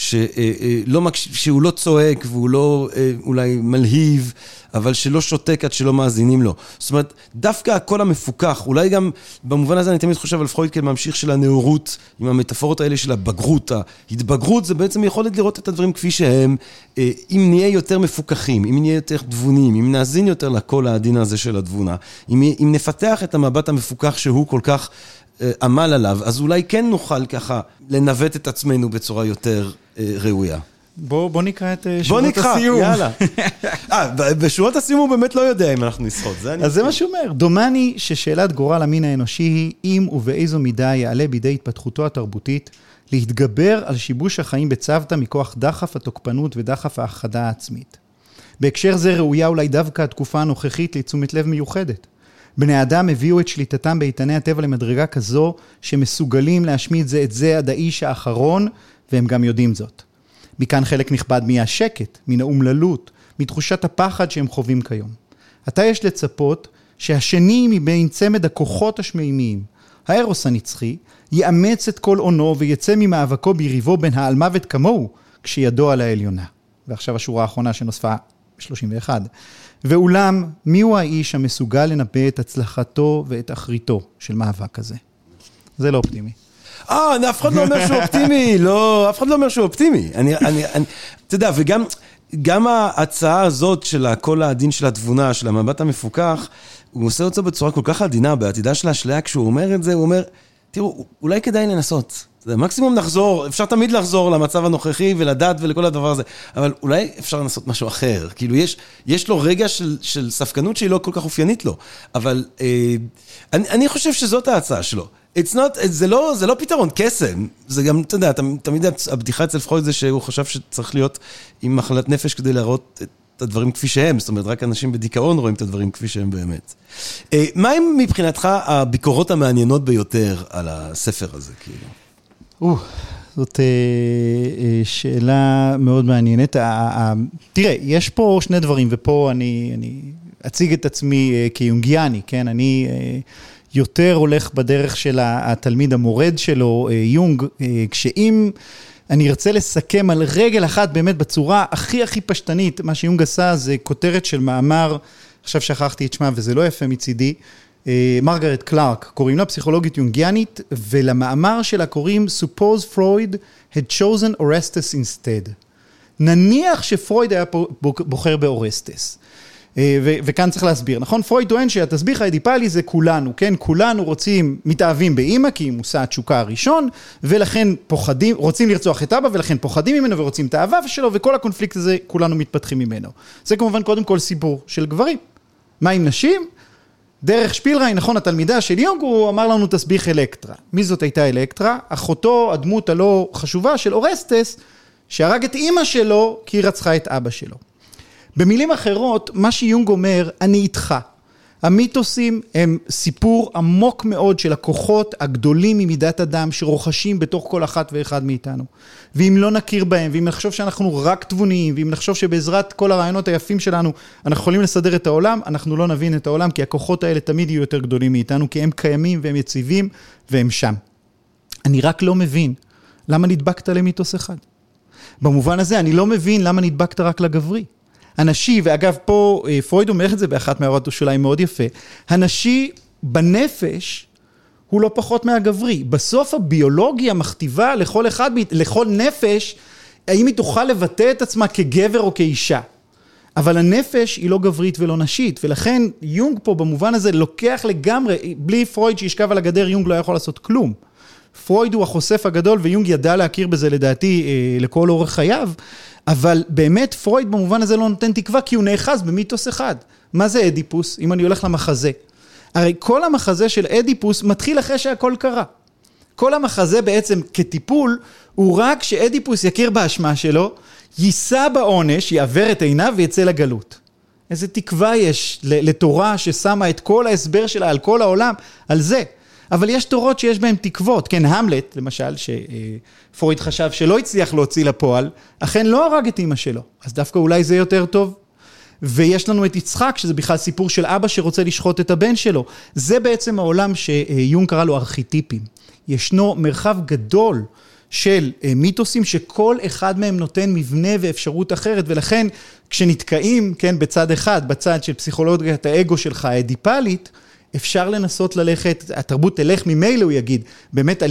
שהוא לא צועק והוא לא אולי מלהיב, אבל שלא שותק עד שלא מאזינים לו. זאת אומרת, דווקא הקול המפוקח, אולי גם במובן הזה אני תמיד חושב על פרויד כממשיך של הנאורות, עם המטאפורות האלה של הבגרות. ההתבגרות זה בעצם יכולת לראות את הדברים כפי שהם, אם נהיה יותר מפוקחים, אם נהיה יותר תבונים, אם נאזין יותר לקול העדין הזה של התבונה, אם נפתח את המבט המפוקח שהוא כל כך עמל עליו, אז אולי כן נוכל ככה לנווט את עצמנו בצורה יותר ראויה. בוא נקרא את שורות הסיום. בוא נקרא, יאללה. בשורות הסיום הוא באמת לא יודע אם אנחנו נשחות. אז זה מה שהוא אומר. דומני ששאלת גורל המין האנושי היא אם ובאיזו מידה יעלה בידי התפתחותו התרבותית להתגבר על שיבוש החיים בצוותא מכוח דחף התוקפנות ודחף ההכחדה העצמית. בהקשר זה ראויה אולי דווקא התקופה הנוכחית לתשומת לב מיוחדת. בני אדם הביאו את שליטתם באיתני הטבע למדרגה כזו שמסוגלים להשמיד זה את זה עד האיש האחרון, והם גם יודעים זאת. מכאן חלק נכבד מהשקט, מן האומללות, מתחושת הפחד שהם חווים כיום. עתה יש לצפות שהשני מבין צמד הכוחות השמימיים, הארוס הנצחי, יאמץ את כל עונו ויצא ממאבקו ביריבו בין העלמוות כמוהו, כשידו על העליונה. ועכשיו השורה האחרונה שנוספה 31. ואולם, מי הוא האיש המסוגל לנבא את הצלחתו ואת אחריתו של מאבק הזה? זה לא אופטימי. אף אחד לא אומר שהוא אופטימי, לא, אף אחד לא אומר שהוא אופטימי. אתה יודע, וגם ההצעה הזאת של הקול העדין של התבונה, של המבט המפוקח, הוא עושה אותו בצורה כל כך עדינה, בעתידה של האשליה, כשהוא אומר את זה, הוא אומר, תראו, אולי כדאי לנסות. זה מקסימום נחזור, אפשר תמיד לחזור למצב הנוכחי ולדעת ולכל הדבר הזה, אבל אולי אפשר לנסות משהו אחר. כאילו יש לו רגע של ספקנות שהיא לא כל כך אופיינית לו, אבל אני חושב שזאת ההצעה שלו. זה לא פתרון קסם, זה גם, אתה יודע, תמיד הבדיחה אצל פרויד זה שהוא חשב שצריך להיות עם מחלת נפש כדי להראות את הדברים כפי שהם, זאת אומרת, רק אנשים בדיכאון רואים את הדברים כפי שהם באמת. מה הם מבחינתך הביקורות המעניינות ביותר על הספר הזה, כאילו? זאת שאלה מאוד מעניינת. תראה, יש פה שני דברים, ופה אני אציג את עצמי כיונגיאני, כן? אני יותר הולך בדרך של התלמיד המורד שלו, יונג, כשאם אני ארצה לסכם על רגל אחת באמת בצורה הכי פשטנית, מה שיונג עשה זה כותרת של מאמר, עכשיו שכחתי את שמה וזה לא יפה מצידי, מרגרט קלארק, קוראים לה פסיכולוגית יונגיאנית, ולמאמר שלה קוראים Suppose Freud had chosen Orestes instead. נניח שפרויד היה בוחר באורסטס. וכאן צריך להסביר, נכון? פרויד טוען שהתסביך האדיפלי זה כולנו, כן? כולנו מתאהבים באמא, כי היא מושא התשוקה הראשון, ולכן רוצים לרצוח את אבא, ולכן פוחדים ממנו ורוצים את האהבה שלו, וכל הקונפליקט הזה כולנו מתפתחים ממנו. זה כמובן קודם כל סיפור של גברים. מה עם נשים? דרך שפילריין, נכון, התלמידה של יונג, הוא אמר לנו תסביך אלקטרה. מי זאת הייתה אלקטרה? אחותו, הדמות הלא חשובה של אורסטס, שהרג את אמא שלו, כי היא רצחה את אבא שלו. במילים אחרות, מה שיונג אומר, אני איתך. המיתוסים הם סיפור עמוק מאוד של הכוחות הגדולים ממידת אדם שרוחשים בתוך כל אחת ואחד מאיתנו. ואם לא נכיר בהם, ואם נחשוב שאנחנו רק תבוניים, ואם נחשוב שבעזרת כל הרעיונות היפים שלנו אנחנו יכולים לסדר את העולם, אנחנו לא נבין את העולם, כי הכוחות האלה תמיד יהיו יותר גדולים מאיתנו, כי הם קיימים והם יציבים והם שם. אני רק לא מבין למה נדבקת למיתוס אחד. במובן הזה אני לא מבין למה נדבקת רק לגברי. הנשי, ואגב פה פרויד אומר את זה באחת מהערות השוליים מאוד יפה, הנשי בנפש הוא לא פחות מהגברי. בסוף הביולוגיה מכתיבה לכל נפש, האם היא תוכל לבטא את עצמה כגבר או כאישה. אבל הנפש היא לא גברית ולא נשית, ולכן יונג פה במובן הזה לוקח לגמרי, בלי פרויד שישכב על הגדר, יונג לא יכול לעשות כלום. פרויד הוא החושף הגדול, ויונג ידע להכיר בזה לדעתי לכל אורך חייו, אבל באמת פרויד במובן הזה לא נותן תקווה, כי הוא נאחז במיתוס אחד. מה זה אדיפוס? אם אני הולך למחזה. הרי כל המחזה של אדיפוס מתחיל אחרי שהכל קרה. כל המחזה בעצם כטיפול, הוא רק שאדיפוס יכיר באשמה שלו, יישא בעונש, יעבר את עיניו ויצא לגלות. איזה תקווה יש לתורה ששמה את כל ההסבר שלה על כל העולם, על זה. אבל יש תורות שיש בהן תקוות, כן, המלט, למשל, שפרויד חשב שלא הצליח להוציא לפועל, אכן לא הרג את אמא שלו, אז דווקא אולי זה יותר טוב. ויש לנו את יצחק, שזה בכלל סיפור של אבא שרוצה לשחוט את הבן שלו. זה בעצם העולם שיונג קרא לו ארכיטיפים. ישנו מרחב גדול של מיתוסים שכל אחד מהם נותן מבנה ואפשרות אחרת, ולכן כשנתקעים, כן, בצד אחד, בצד של פסיכולוגיית האגו שלך, האדיפלית, אפשר לנסות ללכת, התרבות תלך ממילא, הוא יגיד, באמת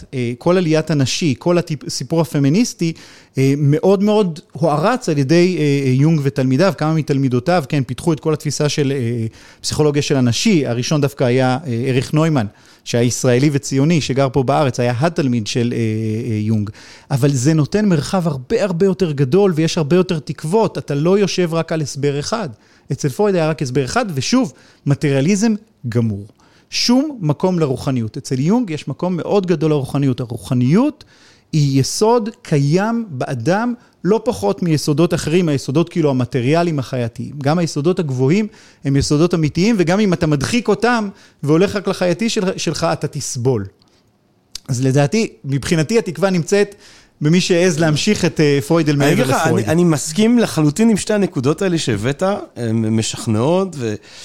כל עליית הנשי, כל הסיפור הפמיניסטי, מאוד מאוד הוערץ על ידי יונג ותלמידיו, כמה מתלמידותיו, כן, פיתחו את כל התפיסה של פסיכולוגיה של הנשי, הראשון דווקא היה אריך נוימן, שהיה ישראלי וציוני, שגר פה בארץ, היה התלמיד של יונג, אבל זה נותן מרחב הרבה יותר גדול, ויש הרבה יותר תקוות, אתה לא יושב רק על הסבר אחד, אצל פרויד היה רק הסבר אחד, ושוב, מטריאליזם גמור. שום מקום לרוחניות. אצל יונג יש מקום מאוד גדול לרוחניות. הרוחניות היא יסוד קיים באדם, לא פחות מיסודות אחרים, היסודות כאילו המטריאליים החייתיים. גם היסודות הגבוהים הם יסודות אמיתיים, וגם אם אתה מדחיק אותם והולך רק לחייתי שלך, אתה תסבול. אז לדעתי, מבחינתי התקווה נמצאת במי שעז להמשיך את פרויד אל מעבר לפרויד. אני מסכים לחלוטין עם שתי הנקודות האלה שהבאת, הן משכנעות,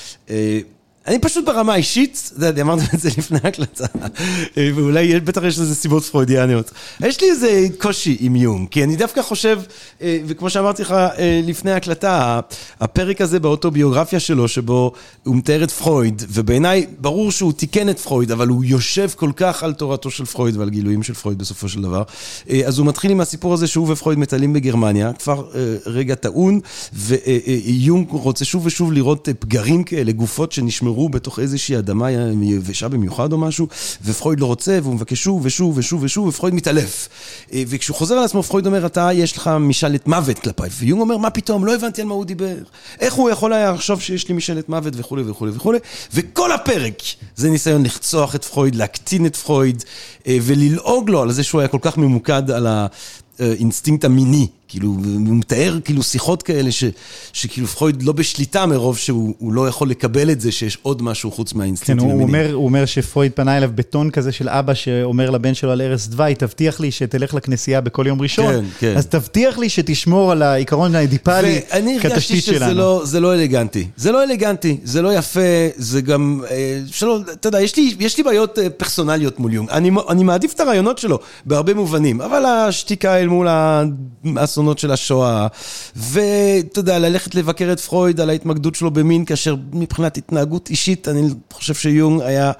אני פשוט ברמה האישית, אמרתי את זה לפני הקלטה, ואולי בטח יש לזה סיבות פרוידיאניות. יש לי איזה קושי עם יונג, כי אני דווקא חושב, וכמו שאמרתי לך לפני הקלטה, הפרק הזה באוטוביוגרפיה שלו, שבו הוא מתאר את פרויד, ובעיניי ברור שהוא תיקן את פרויד, אבל הוא יושב כל כך על תורתו של פרויד ועל גילויים של פרויד בסופו של דבר. אז הוא מתחיל עם הסיפור הזה שהוא ופרויד מטיילים בגרמניה, כבר רגע טעון, ויונג רוצה שוב ושוב לראות פגרים כאלה, גופות שנשמרו בתוך איזושהי אדמה יבשה במיוחד או משהו, ופרויד לא רוצה, והוא מבקש שוב ושוב ושוב ושוב, ופרויד מתעלף. וכשהוא חוזר על עצמו, פרויד אומר, אתה, יש לך משאלת מוות כלפיי. ויונג אומר, מה פתאום? לא הבנתי על מה הוא דיבר. איך הוא יכול היה לחשוב שיש לי משאלת מוות וכו' וכו' וכו'. וכל הפרק זה ניסיון לחצוח את פרויד, להקטין את פרויד, וללעוג לו על זה שהוא היה כל כך ממוקד על האינסטינקט המיני. כאילו, הוא מתאר כאילו שיחות כאלה שכאילו פרויד לא בשליטה מרוב שהוא לא יכול לקבל את זה שיש עוד משהו חוץ מהאינסטינקט המיני. הוא אומר שפרויד פנה אליו בטון כזה של אבא שאומר לבן שלו על ערש דווי, תבטיח לי שתלך לכנסייה בכל יום ראשון, אז תבטיח לי שתשמור על העיקרון האדיפלי כתשתית שלנו. זה לא אלגנטי, זה לא אלגנטי, זה לא יפה, זה גם, אתה יודע, יש לי בעיות פרסונליות מול יונג, אני מעדיף את הרעיונות שלו בהרבה מובנים, אבל השתיקה אל מול האסונות של השואה, ואתה יודע, ללכת לבקר את פרויד על ההתמקדות שלו במין, כאשר מבחינת התנהגות אישית, אני חושב שיונג היה,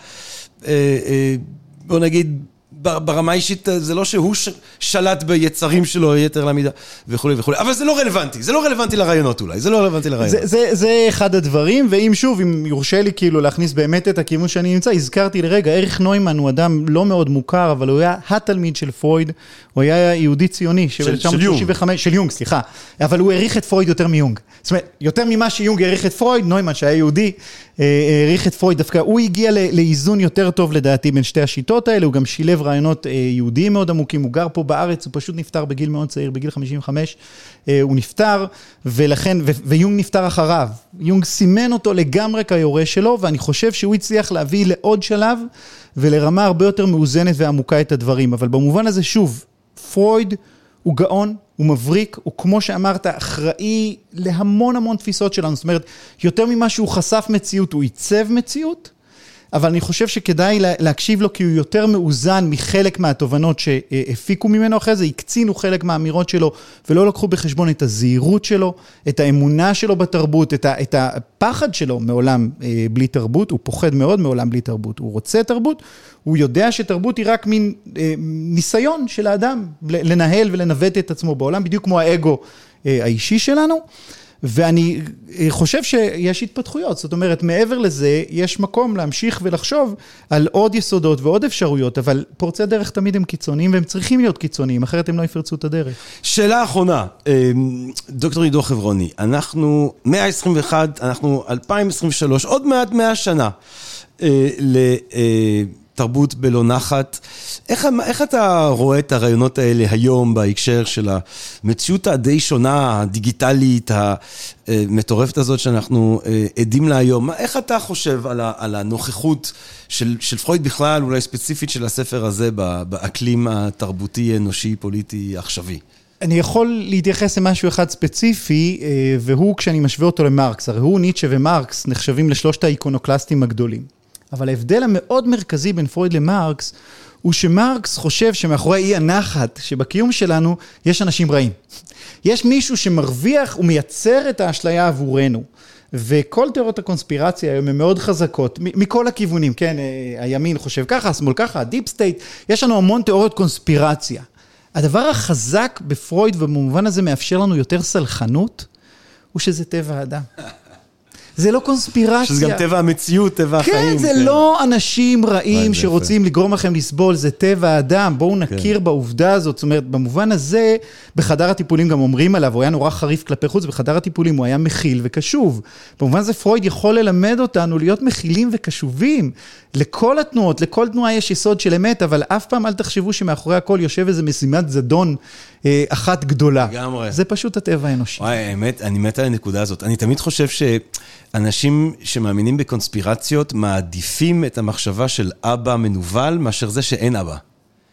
בוא נגיד, ברמה אישית, זה לא שהוא שלט ביצרים שלו יתר למידה, וכו' וכו'. אבל זה לא רלוונטי, זה לא רלוונטי לרעיונות אולי, זה לא רלוונטי לרעיונות. זה אחד הדברים, ואם שוב, אם יורשה לי כאילו להכניס באמת את הכיוון שאני נמצא, הזכרתי לרגע, אריך נוימן הוא אדם לא מאוד מוכר, אבל הוא היה התלמיד של פרויד, הוא היה יהודי ציוני, של יונג, סליחה, אבל הוא העריך את פרויד יותר מיונג. זאת אומרת, יותר ממה שיונג העריך את פרויד, נוימן שהיה יהודי, העריך את פרויד, דווקא הוא הגיע לאיזון יותר טוב לדעתי בין שתי השיטות האלה, הוא גם שילב רעיונות יהודיים מאוד עמוקים, הוא גר פה בארץ, הוא פשוט נפטר בגיל מאוד צעיר, בגיל 55, הוא נפטר, ולכן, ויונג נפטר אחריו, יונג סימן אותו לגמרי כיורש שלו, ואני חושב שהוא הצליח להביא לעוד שלב, ולרמה הרבה יותר מאוזנת ועמוקה את הדברים, אבל במובן הזה שוב, פרויד הוא גאון, הוא מבריק, הוא כמו שאמרת, אחראי להמון המון תפיסות שלנו, זאת אומרת, יותר ממה שהוא חשף מציאות, הוא ייצב מציאות, אבל אני חושב שכדאי להקשיב לו, כי הוא יותר מאוזן מחלק מהתובנות שהפיקו ממנו אחרי זה, הקצינו חלק מהאמירות שלו, ולא לקחו בחשבון את הזהירות שלו, את האמונה שלו בתרבות, את הפחד שלו מעולם בלי תרבות, הוא פוחד מאוד מעולם בלי תרבות, הוא רוצה תרבות, הוא יודע שתרבות היא רק מין ניסיון של האדם, לנהל ולנווט את עצמו בעולם, בדיוק כמו האגו האישי שלנו, ואני חושב שיש התפתחויות, זאת אומרת, מעבר לזה, יש מקום להמשיך ולחשוב על עוד יסודות ועוד אפשרויות, אבל פורצי הדרך תמיד הם קיצוניים, והם צריכים להיות קיצוניים, אחרת הם לא יפרצו את הדרך. שאלה אחרונה, דוקטור עידו חברוני, אנחנו 121, אנחנו 2023, עוד מעט 100 שנה, תרבות בלא נחת. איך אתה רואה את הרעיונות האלה היום בהקשר של המציאות הדי שונה, הדיגיטלית, המטורפת הזאת שאנחנו עדים לה היום? איך אתה חושב על הנוכחות של פרויד בכלל, אולי ספציפית של הספר הזה, באקלים התרבותי, אנושי, פוליטי, עכשווי? אני יכול להתייחס למשהו אחד ספציפי, והוא כשאני משווה אותו למרקס. הרי הוא, ניטשה ומרקס, נחשבים לשלושת האיקונוקלסטים הגדולים. אבל ההבדל המאוד מרכזי בין פרויד למרקס, הוא שמרקס חושב שמאחורי אי הנחת, שבקיום שלנו יש אנשים רעים. יש מישהו שמרוויח ומייצר את האשליה עבורנו. וכל תיאוריות הקונספירציה היום הן מאוד חזקות, מכל הכיוונים, כן, הימין חושב ככה, השמאל ככה, הדיפ סטייט, יש לנו המון תיאוריות קונספירציה. הדבר החזק בפרויד, ובמובן הזה מאפשר לנו יותר סלחנות, הוא שזה טבע האדם. זה לא קונספירציה. שזה גם טבע המציאות, טבע החיים. כן, זה לא אנשים רעים שרוצים לגרום לכם לסבול, זה טבע האדם, בואו נכיר בעובדה הזאת, זאת אומרת, במובן הזה, בחדר הטיפולים גם אומרים עליו, הוא היה נורא חריף כלפי חוץ, בחדר הטיפולים הוא היה מכיל וקשוב. במובן הזה פרויד יכול ללמד אותנו להיות מכילים וקשובים, לכל התנועות, לכל תנועה יש יסוד של אמת, אבל אף פעם אל תחשבו שמאחורי הכל יושב איזה משימת זדון אחת גדולה. לגמרי. זה פשוט הטבע האנושי. וואי, האמת, אני מת על הנקודה הזאת. אני תמיד חושב שאנשים שמאמינים בקונספירציות מעדיפים את המחשבה של אבא מנוול מאשר זה שאין אבא.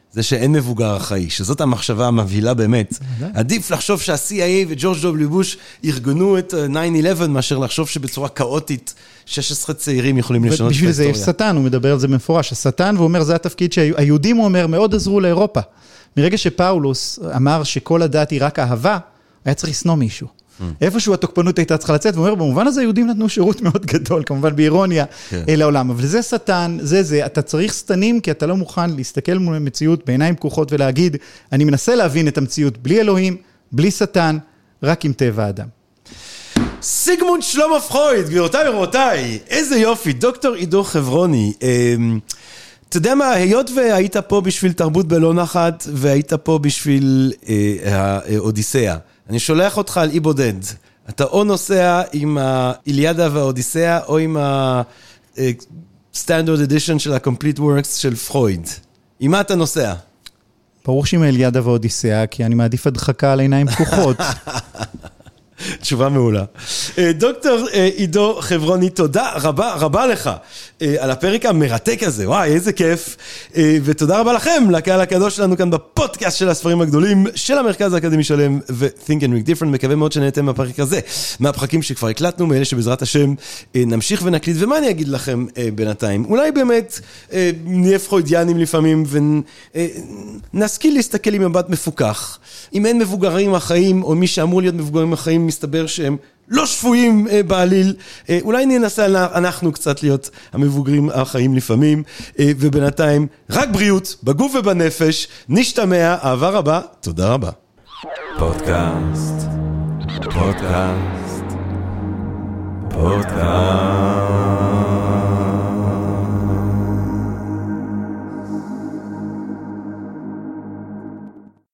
זה שאין מבוגר אחראי, שזאת המחשבה המבהילה באמת. עדיף לחשוב שה-CIA וג'ורג' דאבליו בוש ארגנו את 9/11, מאשר לחשוב שבצורה כאוטית 16 צעירים יכולים לשנות את ההיסטוריה. בשביל זה יש שטן, הוא מדבר על זה במפורש. השטן, והוא אומר, זה התפקיד שהיהודים, הוא אומר, מאוד עזרו לאירופה. מרגע שפאולוס אמר שכל הדת היא רק אהבה, היה צריך לשנוא מישהו. איפשהו התוקפנות הייתה צריכה לצאת, ואומר, במובן הזה היהודים נתנו שירות מאוד גדול, כמובן באירוניה לעולם, אבל זה שטן, זה, אתה צריך סטנים, כי אתה לא מוכן להסתכל מול המציאות בעיניים פקוחות ולהגיד, אני מנסה להבין את המציאות בלי אלוהים, בלי שטן, רק עם טבע האדם. סיגמונד שלמה פרויד, גבירותיי ורבותיי, איזה יופי, דוקטור עידו חברוני, אתה יודע מה, היות והיית פה בשביל תרבות בלא נחת, והיית פה בשביל האודיסאה, אני שולח אותך על אי בודד. אתה או נוסע עם האיליאדה והאודיסאה, או עם ה-Standard Edition של ה-Complete Works של פרויד. עם מה אתה נוסע? ברור שעם האיליאדה והאודיסאה, כי אני מעדיף הדחקה על עיניים פקוחות. תשובה מעולה. דוקטור עידו חברוני, תודה רבה רבה לך על הפרק המרתק הזה, וואי, איזה כיף. ותודה רבה לכם, לקהל הקדוש שלנו כאן בפודקאסט של הספרים הגדולים של המרכז האקדמי שלם ו-Think and Read Different. מקווה מאוד שנהנתם מהפרק הזה, מהפרקים שכבר הקלטנו, מאלה שבעזרת השם נמשיך ונקליט. ומה אני אגיד לכם בינתיים? אולי באמת נהיה פרוידיאנים לפעמים ונשכיל להסתכל עם מבט מפוקח. אם אין מבוגרים החיים, או מי שאמור להיות מבוגרים החיים, מסתבר שהם לא שפויים בעליל, אולי ננסה אנחנו קצת להיות המבוגרים החיים לפעמים, ובינתיים רק בריאות, בגוף ובנפש, נשתמע, אהבה רבה, תודה רבה. פודקאסט.